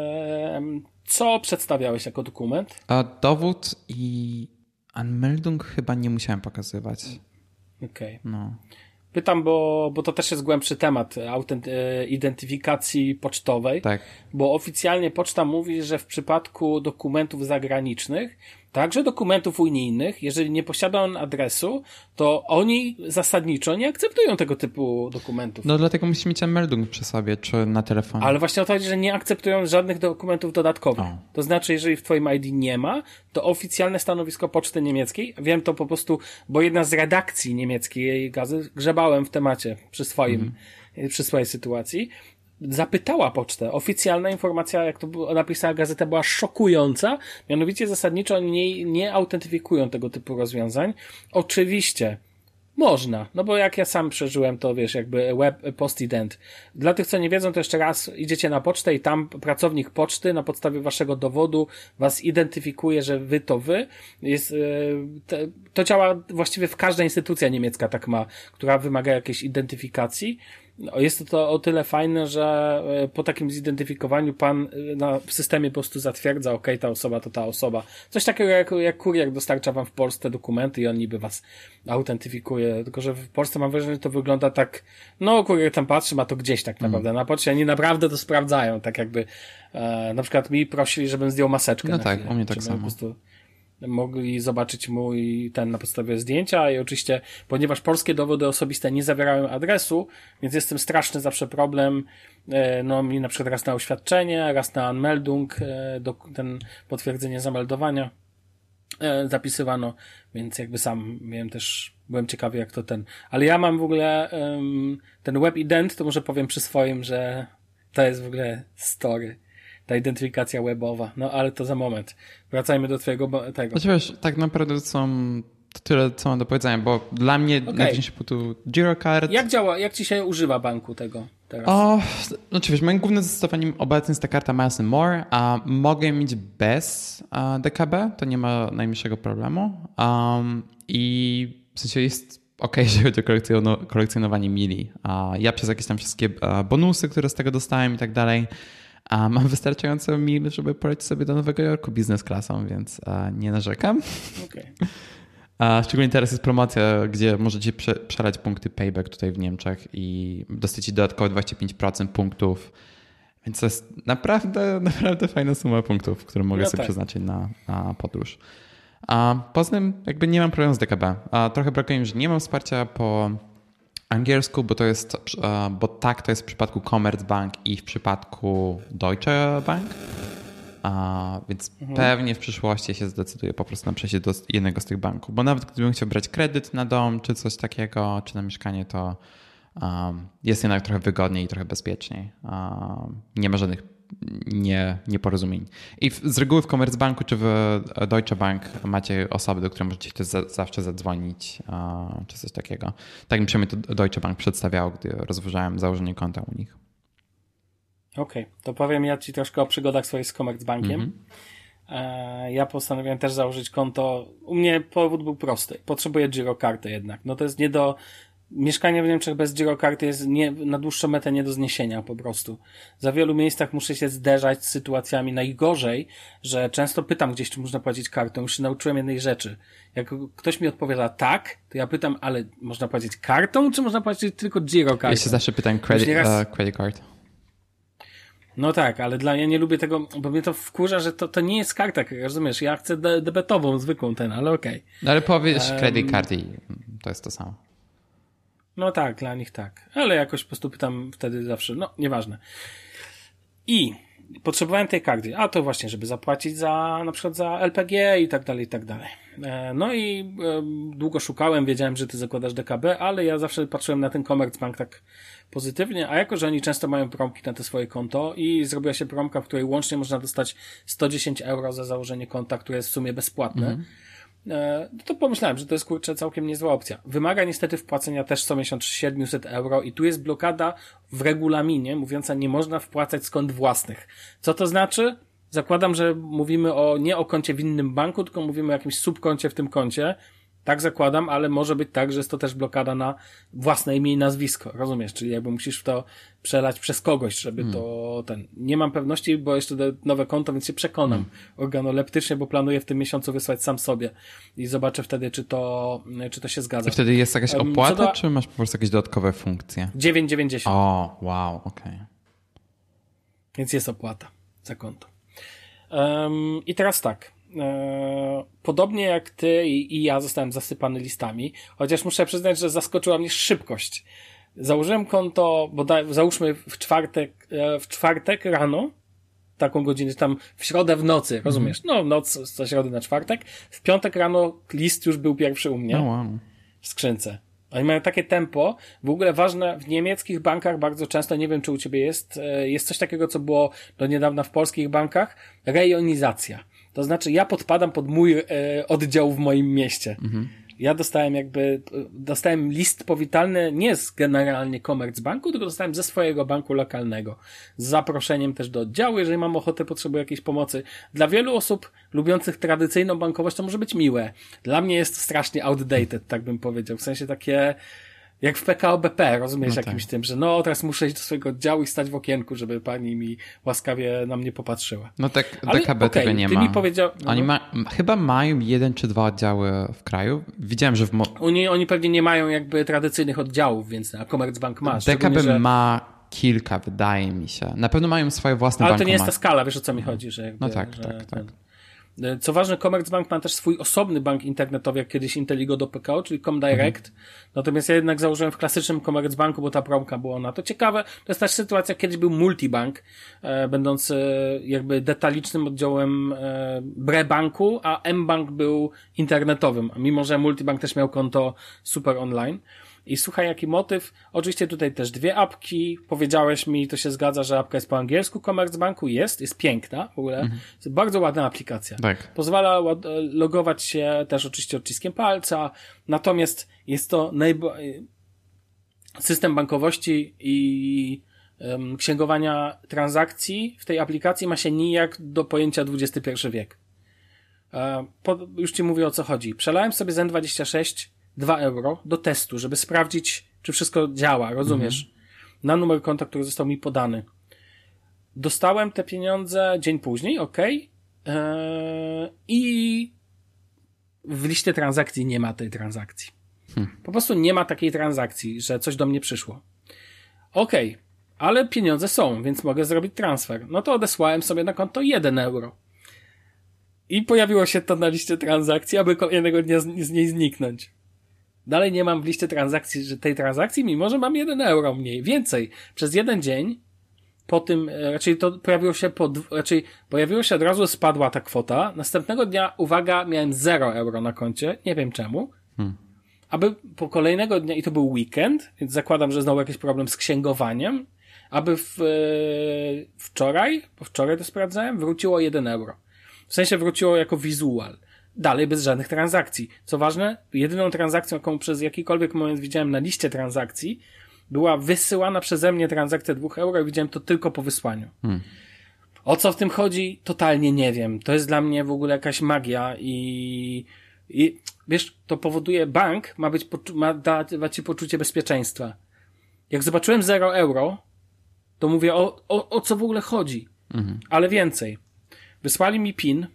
Co przedstawiałeś jako dokument? Dowód i Anmeldung chyba nie musiałem pokazywać. Okej. No. Pytam, bo to też jest głębszy temat identyfikacji pocztowej. Tak. Bo oficjalnie poczta mówi, że w przypadku dokumentów zagranicznych, także dokumentów unijnych, jeżeli nie posiada on adresu, to oni zasadniczo nie akceptują tego typu dokumentów. No dlatego musisz mieć Anmeldung przy sobie, czy na telefonie. Ale właśnie o to chodzi, że nie akceptują żadnych dokumentów dodatkowych. To znaczy, jeżeli w twoim ID nie ma, to oficjalne stanowisko poczty niemieckiej, wiem to po prostu, bo jedna z redakcji niemieckiej gazy, grzebałem w temacie przy swojej sytuacji, zapytała pocztę. Oficjalna informacja, jak to napisała gazeta, była szokująca. Mianowicie zasadniczo oni nie autentyfikują tego typu rozwiązań. Oczywiście można, no bo jak ja sam przeżyłem to, wiesz, jakby PostIdent. Dla tych, co nie wiedzą, to jeszcze raz idziecie na pocztę i tam pracownik poczty na podstawie waszego dowodu was identyfikuje, że wy to wy. To działa właściwie w każda instytucja niemiecka tak ma, która wymaga jakiejś identyfikacji. Jest to o tyle fajne, że po takim zidentyfikowaniu pan w systemie po prostu zatwierdza, okej, ta osoba to ta osoba. Coś takiego jak kurier dostarcza wam w Polsce dokumenty i on niby was autentyfikuje. Tylko że w Polsce mam wrażenie, że to wygląda tak, kurier tam patrzy, ma to gdzieś tak naprawdę na poczcie. Oni naprawdę to sprawdzają, tak jakby na przykład mi prosili, żebym zdjął maseczkę. No tak, u mnie tak samo. mogli zobaczyć mój na podstawie zdjęcia i oczywiście, ponieważ polskie dowody osobiste nie zawierają adresu, więc jest tym straszny zawsze problem, no mi na przykład raz na oświadczenie, raz na Anmeldung, ten potwierdzenie zameldowania zapisywano, więc jakby sam byłem ciekawy jak to ale ja mam w ogóle ten web ident, to może powiem przy swoim, że to jest w ogóle story. Ta identyfikacja webowa. No, ale to za moment. Wracajmy do twojego tego. Znaczy wiesz, tak naprawdę to tyle, co mam do powiedzenia, bo dla mnie najważniejszy punktu Girocard. Jak ci się używa banku tego teraz? Znaczy wiesz, moim głównym zastosowaniem obecnie jest ta karta Miles & More, a mogę mieć bez DKB, to nie ma najmniejszego problemu. I w sensie jest okej, jeżeli chodzi o kolekcjonowanie mili. Ja przez jakieś tam wszystkie bonusy, które z tego dostałem i tak dalej, mam wystarczająco mil, żeby polecieć sobie do Nowego Jorku biznes klasą, więc nie narzekam. Okay. Szczególnie teraz jest promocja, gdzie możecie przelać punkty payback tutaj w Niemczech i dostajecie dodatkowo 25% punktów. Więc to jest naprawdę, naprawdę fajna suma punktów, które mogę sobie przeznaczyć na podróż. Poza tym jakby nie mam problemu z DKB. Trochę brakuje mi, że nie mam wsparcia po angielsku, bo to jest w przypadku Commerzbank i w przypadku Deutsche Bank. Więc pewnie w przyszłości się zdecyduję po prostu na przejście do jednego z tych banków. Bo nawet gdybym chciał brać kredyt na dom, czy coś takiego, czy na mieszkanie, to jest jednak trochę wygodniej i trochę bezpieczniej. Nie ma żadnych nieporozumień. I z reguły w Commerzbanku czy w Deutsche Bank macie osoby, do których możecie zawsze zadzwonić, czy coś takiego. Tak mi przynajmniej to Deutsche Bank przedstawiało, gdy rozważałem założenie konta u nich. Okej, to powiem ja ci troszkę o przygodach swoich z Commerzbankiem. Ja postanowiłem też założyć konto. U mnie powód był prosty. Potrzebuję girokarty jednak. No to jest mieszkanie w Niemczech bez girokarty jest na dłuższą metę nie do zniesienia po prostu. Za wielu miejscach muszę się zderzać z sytuacjami najgorzej, że często pytam gdzieś, czy można płacić kartą. Już się nauczyłem jednej rzeczy. Jak ktoś mi odpowiada tak, to ja pytam, ale można płacić kartą, czy można płacić tylko girokartą? Ja się zawsze pytam credit card. No tak, ale ja nie lubię tego, bo mnie to wkurza, że to nie jest karta, rozumiesz? Ja chcę debetową, zwykłą ale okej. No ale powiesz credit card i to jest to samo. No tak, dla nich tak. Ale jakoś po prostu pytam wtedy zawsze, nieważne. I potrzebowałem tej karty, a to właśnie, żeby zapłacić na przykład za LPG i tak dalej, i tak dalej. No i długo szukałem, wiedziałem, że ty zakładasz DKB, ale ja zawsze patrzyłem na ten Commerzbank tak pozytywnie, a jako, że oni często mają promki na te swoje konto i zrobiła się promka, w której łącznie można dostać 110 euro za założenie konta, które jest w sumie bezpłatne, to pomyślałem, że to jest całkiem niezła opcja. Wymaga niestety wpłacenia też co miesiąc 700 euro i tu jest blokada w regulaminie mówiąca, nie można wpłacać z kont własnych. Co to znaczy? Zakładam, że mówimy nie o koncie w innym banku, tylko mówimy o jakimś subkoncie w tym koncie. Tak zakładam, ale może być tak, że jest to też blokada na własne imię i nazwisko. Rozumiesz? Czyli jakby musisz w to przelać przez kogoś, żeby nie mam pewności, bo jeszcze nowe konto, więc się przekonam organoleptycznie, bo planuję w tym miesiącu wysłać sam sobie i zobaczę wtedy, czy to się zgadza. I wtedy jest jakaś opłata, czy masz po prostu jakieś dodatkowe funkcje? 9,90. O, wow, okej. Więc jest opłata za konto. I teraz tak. Podobnie jak ty i ja zostałem zasypany listami, chociaż muszę przyznać, że zaskoczyła mnie szybkość. Założyłem konto, załóżmy w czwartek rano, taką godzinę, tam w środę w nocy, rozumiesz? No, noc z środy na czwartek. W piątek rano list już był pierwszy u mnie w skrzynce. Oni mają takie tempo, w ogóle ważne, w niemieckich bankach bardzo często, nie wiem czy u ciebie jest coś takiego, co było do niedawna w polskich bankach, rejonizacja. To znaczy ja podpadam pod mój oddział w moim mieście. Ja dostałem list powitalny nie z generalnie Commerzbanku, tylko dostałem ze swojego banku lokalnego. Z zaproszeniem też do oddziału, jeżeli mam ochotę, potrzebuję jakiejś pomocy. Dla wielu osób lubiących tradycyjną bankowość to może być miłe. Dla mnie jest to strasznie outdated, tak bym powiedział. W sensie takie jak w PKO BP, rozumiesz, jakimś tym, że teraz muszę iść do swojego oddziału i stać w okienku, żeby pani mi łaskawie na mnie popatrzyła. No tak, DKB tego nie ma. Oni chyba mają 1 czy 2 oddziały w kraju. Widziałem, że Oni pewnie nie mają jakby tradycyjnych oddziałów, więc a Commerzbank ma. DKB ma kilka, wydaje mi się. Na pewno mają swoje własne bankomaty. Ale to nie jest ta skala, wiesz o co mi chodzi, że jakby, no tak. Co ważne, Commerzbank ma też swój osobny bank internetowy, jak kiedyś Inteligo do PKO, czyli Comdirect. Natomiast ja jednak założyłem w klasycznym Commerzbanku, bo ta promka była na to ciekawe. To jest też sytuacja, kiedyś był Multibank, będąc jakby detalicznym oddziałem Brebanku, a mBank był internetowym, mimo że Multibank też miał konto super online. I słuchaj, jaki motyw. Oczywiście tutaj też 2 apki. Powiedziałeś mi, to się zgadza, że apka jest po angielsku Commerzbanku. Jest piękna w ogóle. Jest bardzo ładna aplikacja. Tak. Pozwala logować się też oczywiście odciskiem palca. Natomiast jest to system bankowości i księgowania transakcji w tej aplikacji ma się nijak do pojęcia XXI wiek. Już ci mówię, o co chodzi. Przelałem sobie z N26 2 euro do testu, żeby sprawdzić, czy wszystko działa, rozumiesz? Na numer konta, który został mi podany. Dostałem te pieniądze dzień później, i w liście transakcji nie ma tej transakcji. Po prostu nie ma takiej transakcji, że coś do mnie przyszło. Ale pieniądze są, więc mogę zrobić transfer. No to odesłałem sobie na konto 1 euro. I pojawiło się to na liście transakcji, aby kolejnego dnia z niej zniknąć. Dalej nie mam w liście transakcji, że tej transakcji, mimo że mam 1 euro mniej. Więcej. Przez jeden dzień po tym, raczej to pojawiło się od razu, spadła ta kwota. Następnego dnia, uwaga, miałem 0 euro na koncie. Nie wiem czemu. Aby po kolejnego dnia, i to był weekend, więc zakładam, że znowu jakiś problem z księgowaniem, aby wczoraj to sprawdzałem, wróciło 1 euro. W sensie wróciło jako wizual. Dalej bez żadnych transakcji. Co ważne, jedyną transakcją, jaką przez jakikolwiek moment widziałem na liście transakcji, była wysyłana przeze mnie transakcja 2 euro i widziałem to tylko po wysłaniu. O co w tym chodzi? Totalnie nie wiem. To jest dla mnie w ogóle jakaś magia i wiesz, to powoduje, bank ma dawać ci poczucie bezpieczeństwa. Jak zobaczyłem 0 euro, to mówię, o co w ogóle chodzi? Ale więcej. Wysłali mi PIN.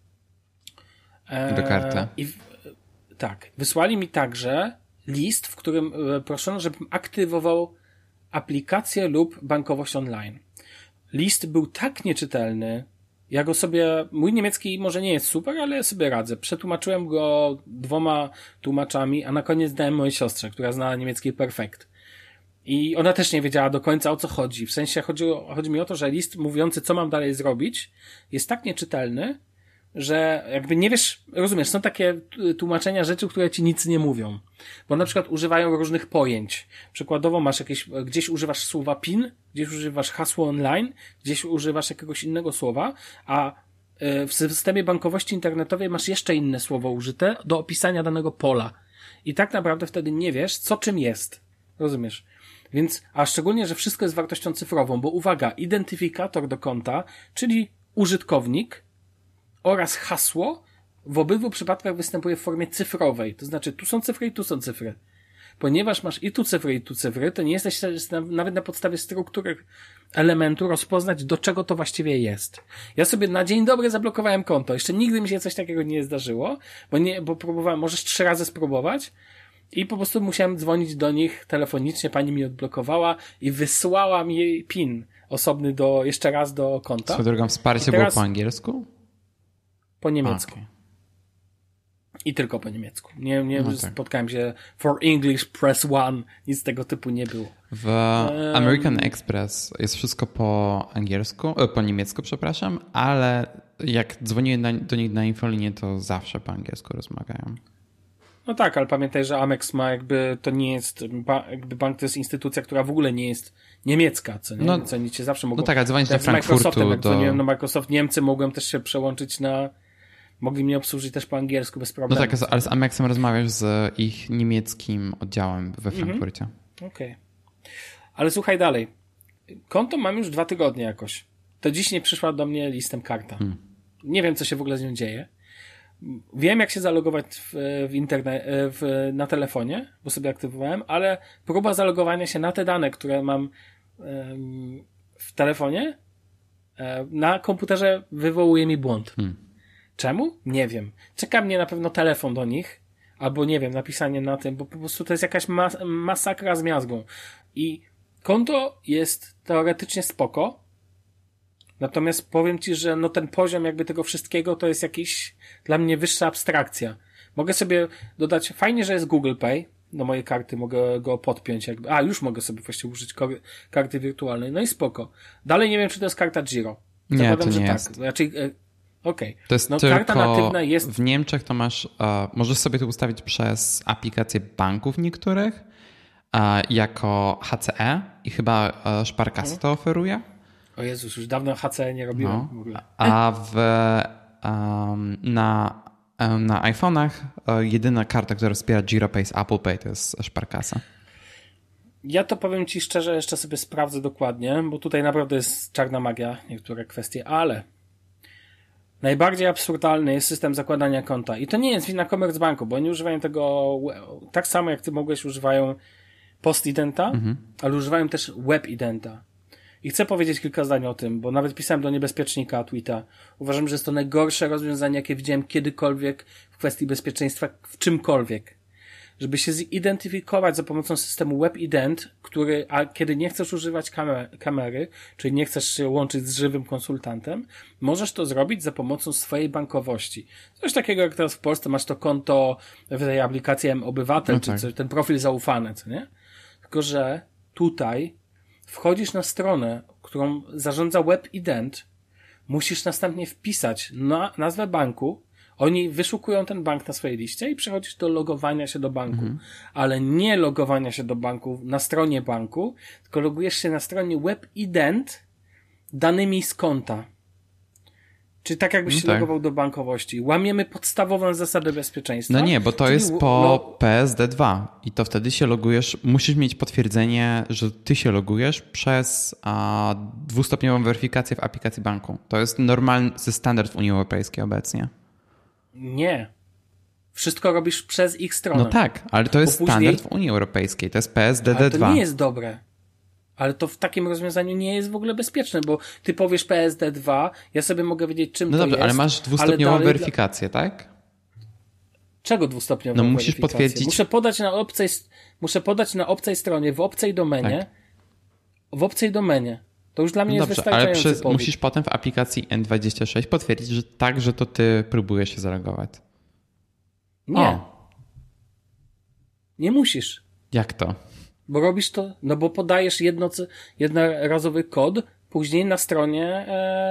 Do karty. Tak. Wysłali mi także list, w którym proszono, żebym aktywował aplikację lub bankowość online. List był tak nieczytelny, ja go sobie, mój niemiecki może nie jest super, ale ja sobie radzę. Przetłumaczyłem go 2 tłumaczami, a na koniec dałem mojej siostrze, która znała niemiecki perfekt. I ona też nie wiedziała do końca, o co chodzi. W sensie chodzi mi o to, że list mówiący, co mam dalej zrobić, jest tak nieczytelny, że jakby nie wiesz, rozumiesz, są takie tłumaczenia rzeczy, które ci nic nie mówią. Bo na przykład używają różnych pojęć. Przykładowo masz gdzieś używasz słowa PIN, gdzieś używasz hasło online, gdzieś używasz jakiegoś innego słowa, a w systemie bankowości internetowej masz jeszcze inne słowo użyte do opisania danego pola. I tak naprawdę wtedy nie wiesz, co czym jest. Rozumiesz? Więc, a szczególnie, że wszystko jest wartością cyfrową, bo uwaga, identyfikator do konta, czyli użytkownik oraz hasło w obydwu przypadkach występuje w formie cyfrowej. To znaczy, tu są cyfry i tu są cyfry. Ponieważ masz i tu cyfry, to nie jesteś nawet na podstawie struktury elementu rozpoznać, do czego to właściwie jest. Ja sobie na dzień dobry zablokowałem konto. Jeszcze nigdy mi się coś takiego nie zdarzyło, bo próbowałem, możesz 3 razy spróbować i po prostu musiałem dzwonić do nich telefonicznie, pani mi odblokowała i wysłała mi PIN osobny jeszcze raz do konta. Swoją drogą, wsparcie było po angielsku? Po niemiecku. Okay. I tylko po niemiecku. Nie spotkałem się for English press 1, nic tego typu nie było. W American Express jest wszystko po angielsku, po niemiecku, przepraszam, ale jak dzwoniłem do nich na infolinię, to zawsze po angielsku rozmawiają. No tak, ale pamiętaj, że Amex ma to nie jest, jakby bank to jest instytucja, która w ogóle nie jest niemiecka, co nie? No, co oni cię zawsze mogą... No tak, a dzwonić do Frankfurtu. Jak dzwoniłem na Microsoft Niemcy, mogłem też się przełączyć mogli mnie obsłużyć też po angielsku bez problemu. No tak, ale z Amexem rozmawiasz z ich niemieckim oddziałem we Frankfurcie. Okej. Ale słuchaj dalej. Konto mam już 2 tygodnie jakoś. To dziś nie przyszła do mnie listem karta. Nie wiem, co się w ogóle z nią dzieje. Wiem, jak się zalogować w internet, na telefonie, bo sobie aktywowałem, ale próba zalogowania się na te dane, które mam w telefonie, na komputerze wywołuje mi błąd. Czemu? Nie wiem. Czeka mnie na pewno telefon do nich, albo nie wiem, napisanie na tym, bo po prostu to jest jakaś masakra z miazgą. I konto jest teoretycznie spoko, Natomiast powiem ci, że no ten poziom jakby tego wszystkiego to jest jakiś dla mnie wyższa abstrakcja. Mogę sobie dodać, fajnie, że jest Google Pay, do mojej karty mogę go podpiąć jakby, już mogę sobie właściwie użyć karty wirtualnej, no i spoko. Dalej nie wiem, czy to jest karta Giro. Nie, to nie jest. Tak. Znaczy, okej. To jest tylko karta natywna jest... W Niemczech to masz, możesz sobie to ustawić przez aplikacje banków niektórych, jako HCE i chyba Sparkasse to oferuje. O Jezus, już dawno HCE nie robiłem w ogóle. A na iPhone'ach jedyna karta, która wspiera GiroPay z Apple Pay to jest Sparkasse. Ja to powiem ci szczerze, jeszcze sobie sprawdzę dokładnie, bo tutaj naprawdę jest czarna magia, niektóre kwestie, ale najbardziej absurdalny jest system zakładania konta. I to nie jest wina Commerzbanku, bo oni używają tego tak samo jak ty mogłeś, używają postidenta, ale używają też webidenta. I chcę powiedzieć kilka zdań o tym, bo nawet pisałem do niebezpiecznika tweeta. Uważam, że jest to najgorsze rozwiązanie, jakie widziałem kiedykolwiek w kwestii bezpieczeństwa w czymkolwiek. Żeby się zidentyfikować za pomocą systemu WebIdent, a kiedy nie chcesz używać kamery, czyli nie chcesz się łączyć z żywym konsultantem, możesz to zrobić za pomocą swojej bankowości. Coś takiego jak teraz w Polsce masz to konto w tej aplikacji M-Obywatel, no tak. Czy ten profil zaufany, co nie? Tylko, że tutaj wchodzisz na stronę, którą zarządza WebIdent, musisz następnie wpisać nazwę banku, oni wyszukują ten bank na swojej liście i przechodzisz do logowania się do banku. Ale nie logowania się do banku na stronie banku, tylko logujesz się na stronie WebIdent danymi z konta. Czyli tak jakbyś się logował do bankowości. Łamiemy podstawową zasadę bezpieczeństwa. No nie, bo to jest po PSD2 i to wtedy się logujesz, musisz mieć potwierdzenie, że ty się logujesz przez dwustopniową weryfikację w aplikacji banku. To jest normalny standard w Unii Europejskiej obecnie. Nie. Wszystko robisz przez ich stronę. No tak, ale to jest standard w Unii Europejskiej. To jest PSD2. Ale to nie jest dobre. Ale to w takim rozwiązaniu nie jest w ogóle bezpieczne, bo ty powiesz PSD2, ja sobie mogę wiedzieć, czym to jest. No dobrze, ale masz dwustopniową weryfikację, tak? Czego dwustopniową weryfikację? No musisz potwierdzić. Muszę podać na obcej stronie, w obcej domenie. Tak. W obcej domenie. To już dla mnie jest wystarczający ale musisz potem w aplikacji N26 potwierdzić, że to ty próbujesz się zalogować. Nie. Nie musisz. Jak to? Bo robisz to, bo podajesz jednorazowy kod, później na stronie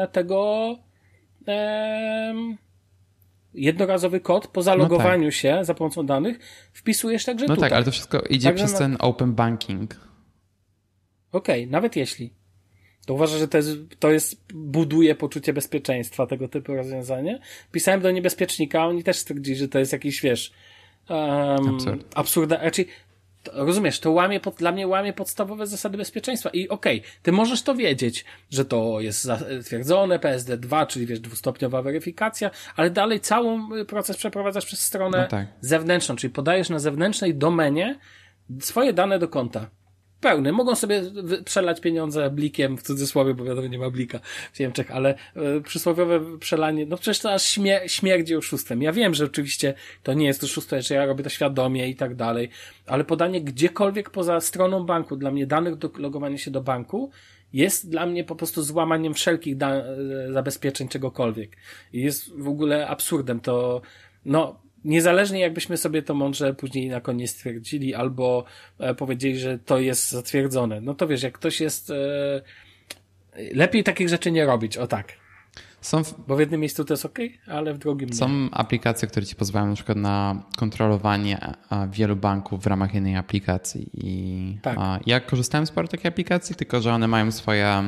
jednorazowy kod po zalogowaniu się za pomocą danych wpisujesz także tutaj. No tak, ale to wszystko idzie przez ten open banking. Okej, nawet jeśli. To uważam, że buduje poczucie bezpieczeństwa tego typu rozwiązanie. Pisałem do niebezpiecznika, a oni też stwierdzili, że to jest jakiś, absurda. Rozumiesz, to dla mnie łamie podstawowe zasady bezpieczeństwa. I ty możesz to wiedzieć, że to jest zatwierdzone, PSD2, czyli dwustopniowa weryfikacja, ale dalej cały proces przeprowadzasz przez stronę zewnętrzną, czyli podajesz na zewnętrznej domenie swoje dane do konta. Pełny. Mogą sobie przelać pieniądze blikiem, w cudzysłowie, bo wiadomo, nie ma blika w Niemczech, ale przysłowiowe przelanie, przecież to aż śmierdzi oszustwem. Ja wiem, że oczywiście to nie jest oszustwo, że ja robię to świadomie i tak dalej, ale podanie gdziekolwiek poza stroną banku dla mnie danych do logowania się do banku jest dla mnie po prostu złamaniem wszelkich zabezpieczeń czegokolwiek. I jest w ogóle absurdem. To, niezależnie jakbyśmy sobie to mądrze później na koniec stwierdzili albo powiedzieli, że to jest zatwierdzone. No to jak ktoś jest... lepiej takich rzeczy nie robić, o tak. Bo w jednym miejscu to jest ale w drugim nie. Są aplikacje, które ci pozwalają na przykład na kontrolowanie wielu banków w ramach jednej aplikacji. I ja korzystałem z paru takich aplikacji, tylko że one mają swoje...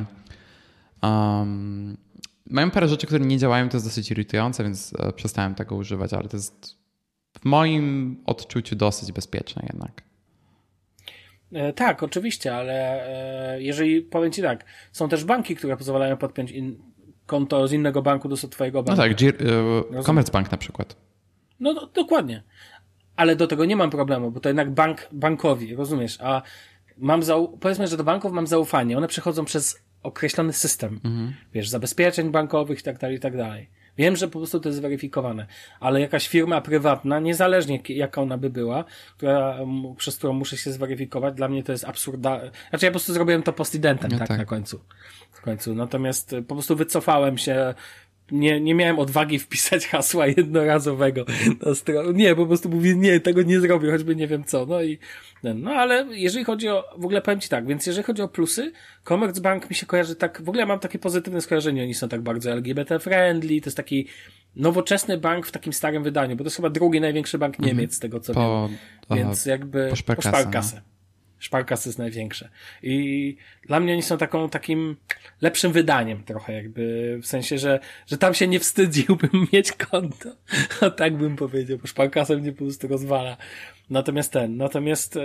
mają parę rzeczy, które nie działają, to jest dosyć irytujące, więc przestałem tego używać, ale to jest w moim odczuciu dosyć bezpieczne jednak. Tak, oczywiście, ale jeżeli, powiem ci tak, są też banki, które pozwalają podpiąć konto z innego banku do twojego banku. No tak, Commerzbank na przykład. No dokładnie. Ale do tego nie mam problemu, bo to jednak bankowi, rozumiesz? A powiedzmy, że do banków mam zaufanie. One przechodzą przez określony system, zabezpieczeń bankowych i tak dalej, i tak dalej. Wiem, że po prostu to jest zweryfikowane, ale jakaś firma prywatna, niezależnie jaka ona by była, przez którą muszę się zweryfikować, dla mnie to jest absurdalne. Znaczy ja po prostu zrobiłem to post-identem, tak, na końcu. Natomiast po prostu wycofałem się, nie miałem odwagi wpisać hasła jednorazowego na stronę. Nie, po prostu mówię, nie, tego nie zrobię, choćby nie wiem co. No ale jeżeli chodzi o, w ogóle powiem ci tak, więc jeżeli chodzi o plusy, Commerzbank mi się kojarzy tak, w ogóle mam takie pozytywne skojarzenie, oni są tak bardzo LGBT friendly, to jest taki nowoczesny bank w takim starym wydaniu, bo to jest chyba drugi największy bank Niemiec, z tego co wiem. Więc jakby po Sparkasse. Sparkasse jest największe. I dla mnie oni są takim lepszym wydaniem trochę jakby, w sensie, że tam się nie wstydziłbym mieć konto. A tak bym powiedział, bo Sparkasse mnie po prostu rozwala. Natomiast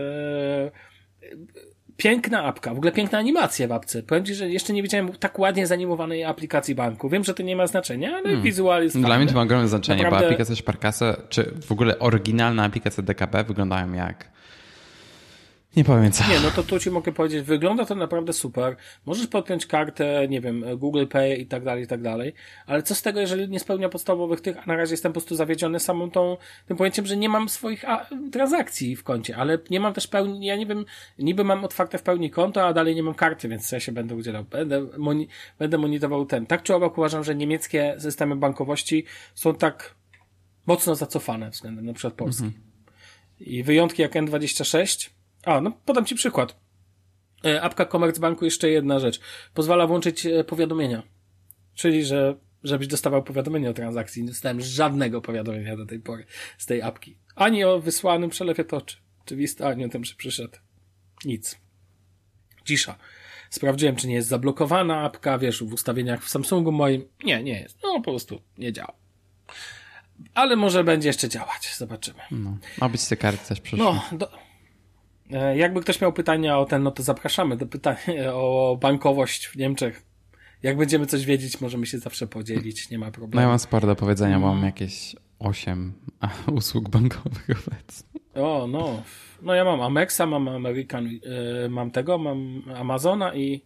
piękna apka, w ogóle piękna animacja w apce. Powiem ci, że jeszcze nie widziałem tak ładnie zanimowanej aplikacji banku. Wiem, że to nie ma znaczenia, ale wizual jest Dla fajny. mnie to ma ogromne znaczenie, Naprawdę... bo aplikacja Sparkasse, czy w ogóle oryginalna aplikacja DKB wyglądają jak... Nie powiem co. Nie, no to tu ci mogę powiedzieć, wygląda to naprawdę super. Możesz podpiąć kartę, nie wiem, Google Pay i tak dalej, ale co z tego, jeżeli nie spełnia podstawowych tych, a na razie jestem po prostu zawiedziony samą tym pojęciem, że nie mam swoich transakcji w koncie, ale nie mam też ja nie wiem, niby mam otwarte w pełni konto, a dalej nie mam karty, więc ja się będę udzielał, będę monitorował Tak czy owak uważam, że niemieckie systemy bankowości są tak mocno zacofane względem na przykład Polski. I wyjątki jak N26, podam ci przykład. Apka Commerzbanku, jeszcze jedna rzecz. Pozwala włączyć powiadomienia. Czyli, żebyś dostawał powiadomienia o transakcji. Nie dostałem żadnego powiadomienia do tej pory z tej apki. Ani o wysłanym przelewie toczy. Ani o tym, że przyszedł. Nic. Cisza. Sprawdziłem, czy nie jest zablokowana apka, wiesz, w ustawieniach w Samsungu moim. Nie jest. Po prostu nie działa. Ale może będzie jeszcze działać. Zobaczymy. Ma być te karty też przyszły. Jakby ktoś miał pytania o to zapraszamy do pytania o bankowość w Niemczech. Jak będziemy coś wiedzieć, możemy się zawsze podzielić, nie ma problemu. Ja mam sporo do powiedzenia, bo mam jakieś 8 usług bankowych obecnie. Ja mam Amexa, mam American, mam Amazona i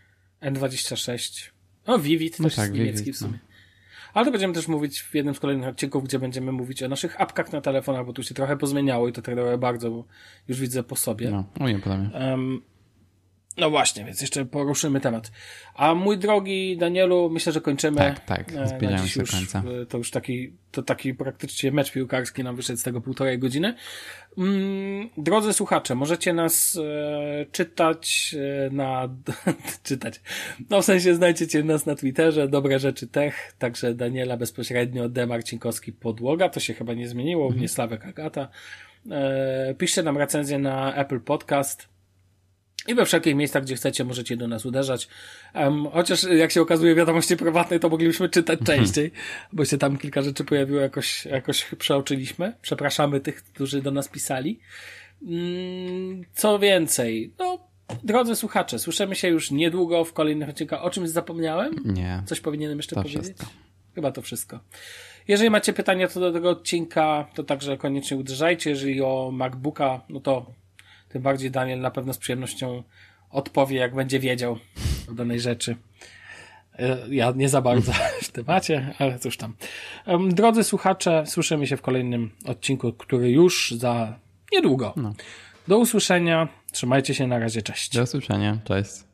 N26. Vivid też jest niemiecki w sumie. Ale to będziemy też mówić w jednym z kolejnych odcinków, gdzie będziemy mówić o naszych apkach na telefonach, bo tu się trochę pozmieniało i to trochę bardzo, bo już widzę po sobie. Nie podobnie. No właśnie, więc jeszcze poruszymy temat. A mój drogi Danielu, myślę, że kończymy. Tak, zbliżamy się do końca. To już taki praktycznie mecz piłkarski nam wyszedł z tego 1,5 godziny. Drodzy słuchacze, możecie nas czytać czytać. W sensie znajdziecie nas na Twitterze, Dobre Rzeczy Tech, także Daniela bezpośrednio, D. Marcinkowski Podłoga, to się chyba nie zmieniło, mnie Sławek Agata. Piszcie nam recenzję na Apple Podcast. I we wszelkich miejscach, gdzie chcecie, możecie do nas uderzać. Chociaż jak się okazuje wiadomości prywatne, to moglibyśmy czytać częściej, bo się tam kilka rzeczy pojawiło, jakoś przeoczyliśmy. Przepraszamy tych, którzy do nas pisali. Co więcej, drodzy słuchacze, słyszymy się już niedługo w kolejnych odcinkach. O czymś zapomniałem? Nie. Coś powinienem jeszcze powiedzieć? Wszystko. Chyba to wszystko. Jeżeli macie pytania co do tego odcinka, to także koniecznie uderzajcie. Jeżeli o MacBooka, to tym bardziej Daniel na pewno z przyjemnością odpowie, jak będzie wiedział o danej rzeczy. Ja nie za bardzo w temacie, ale cóż tam. Drodzy słuchacze, słyszymy się w kolejnym odcinku, który już za niedługo. Do usłyszenia. Trzymajcie się, na razie, cześć. Do usłyszenia, cześć.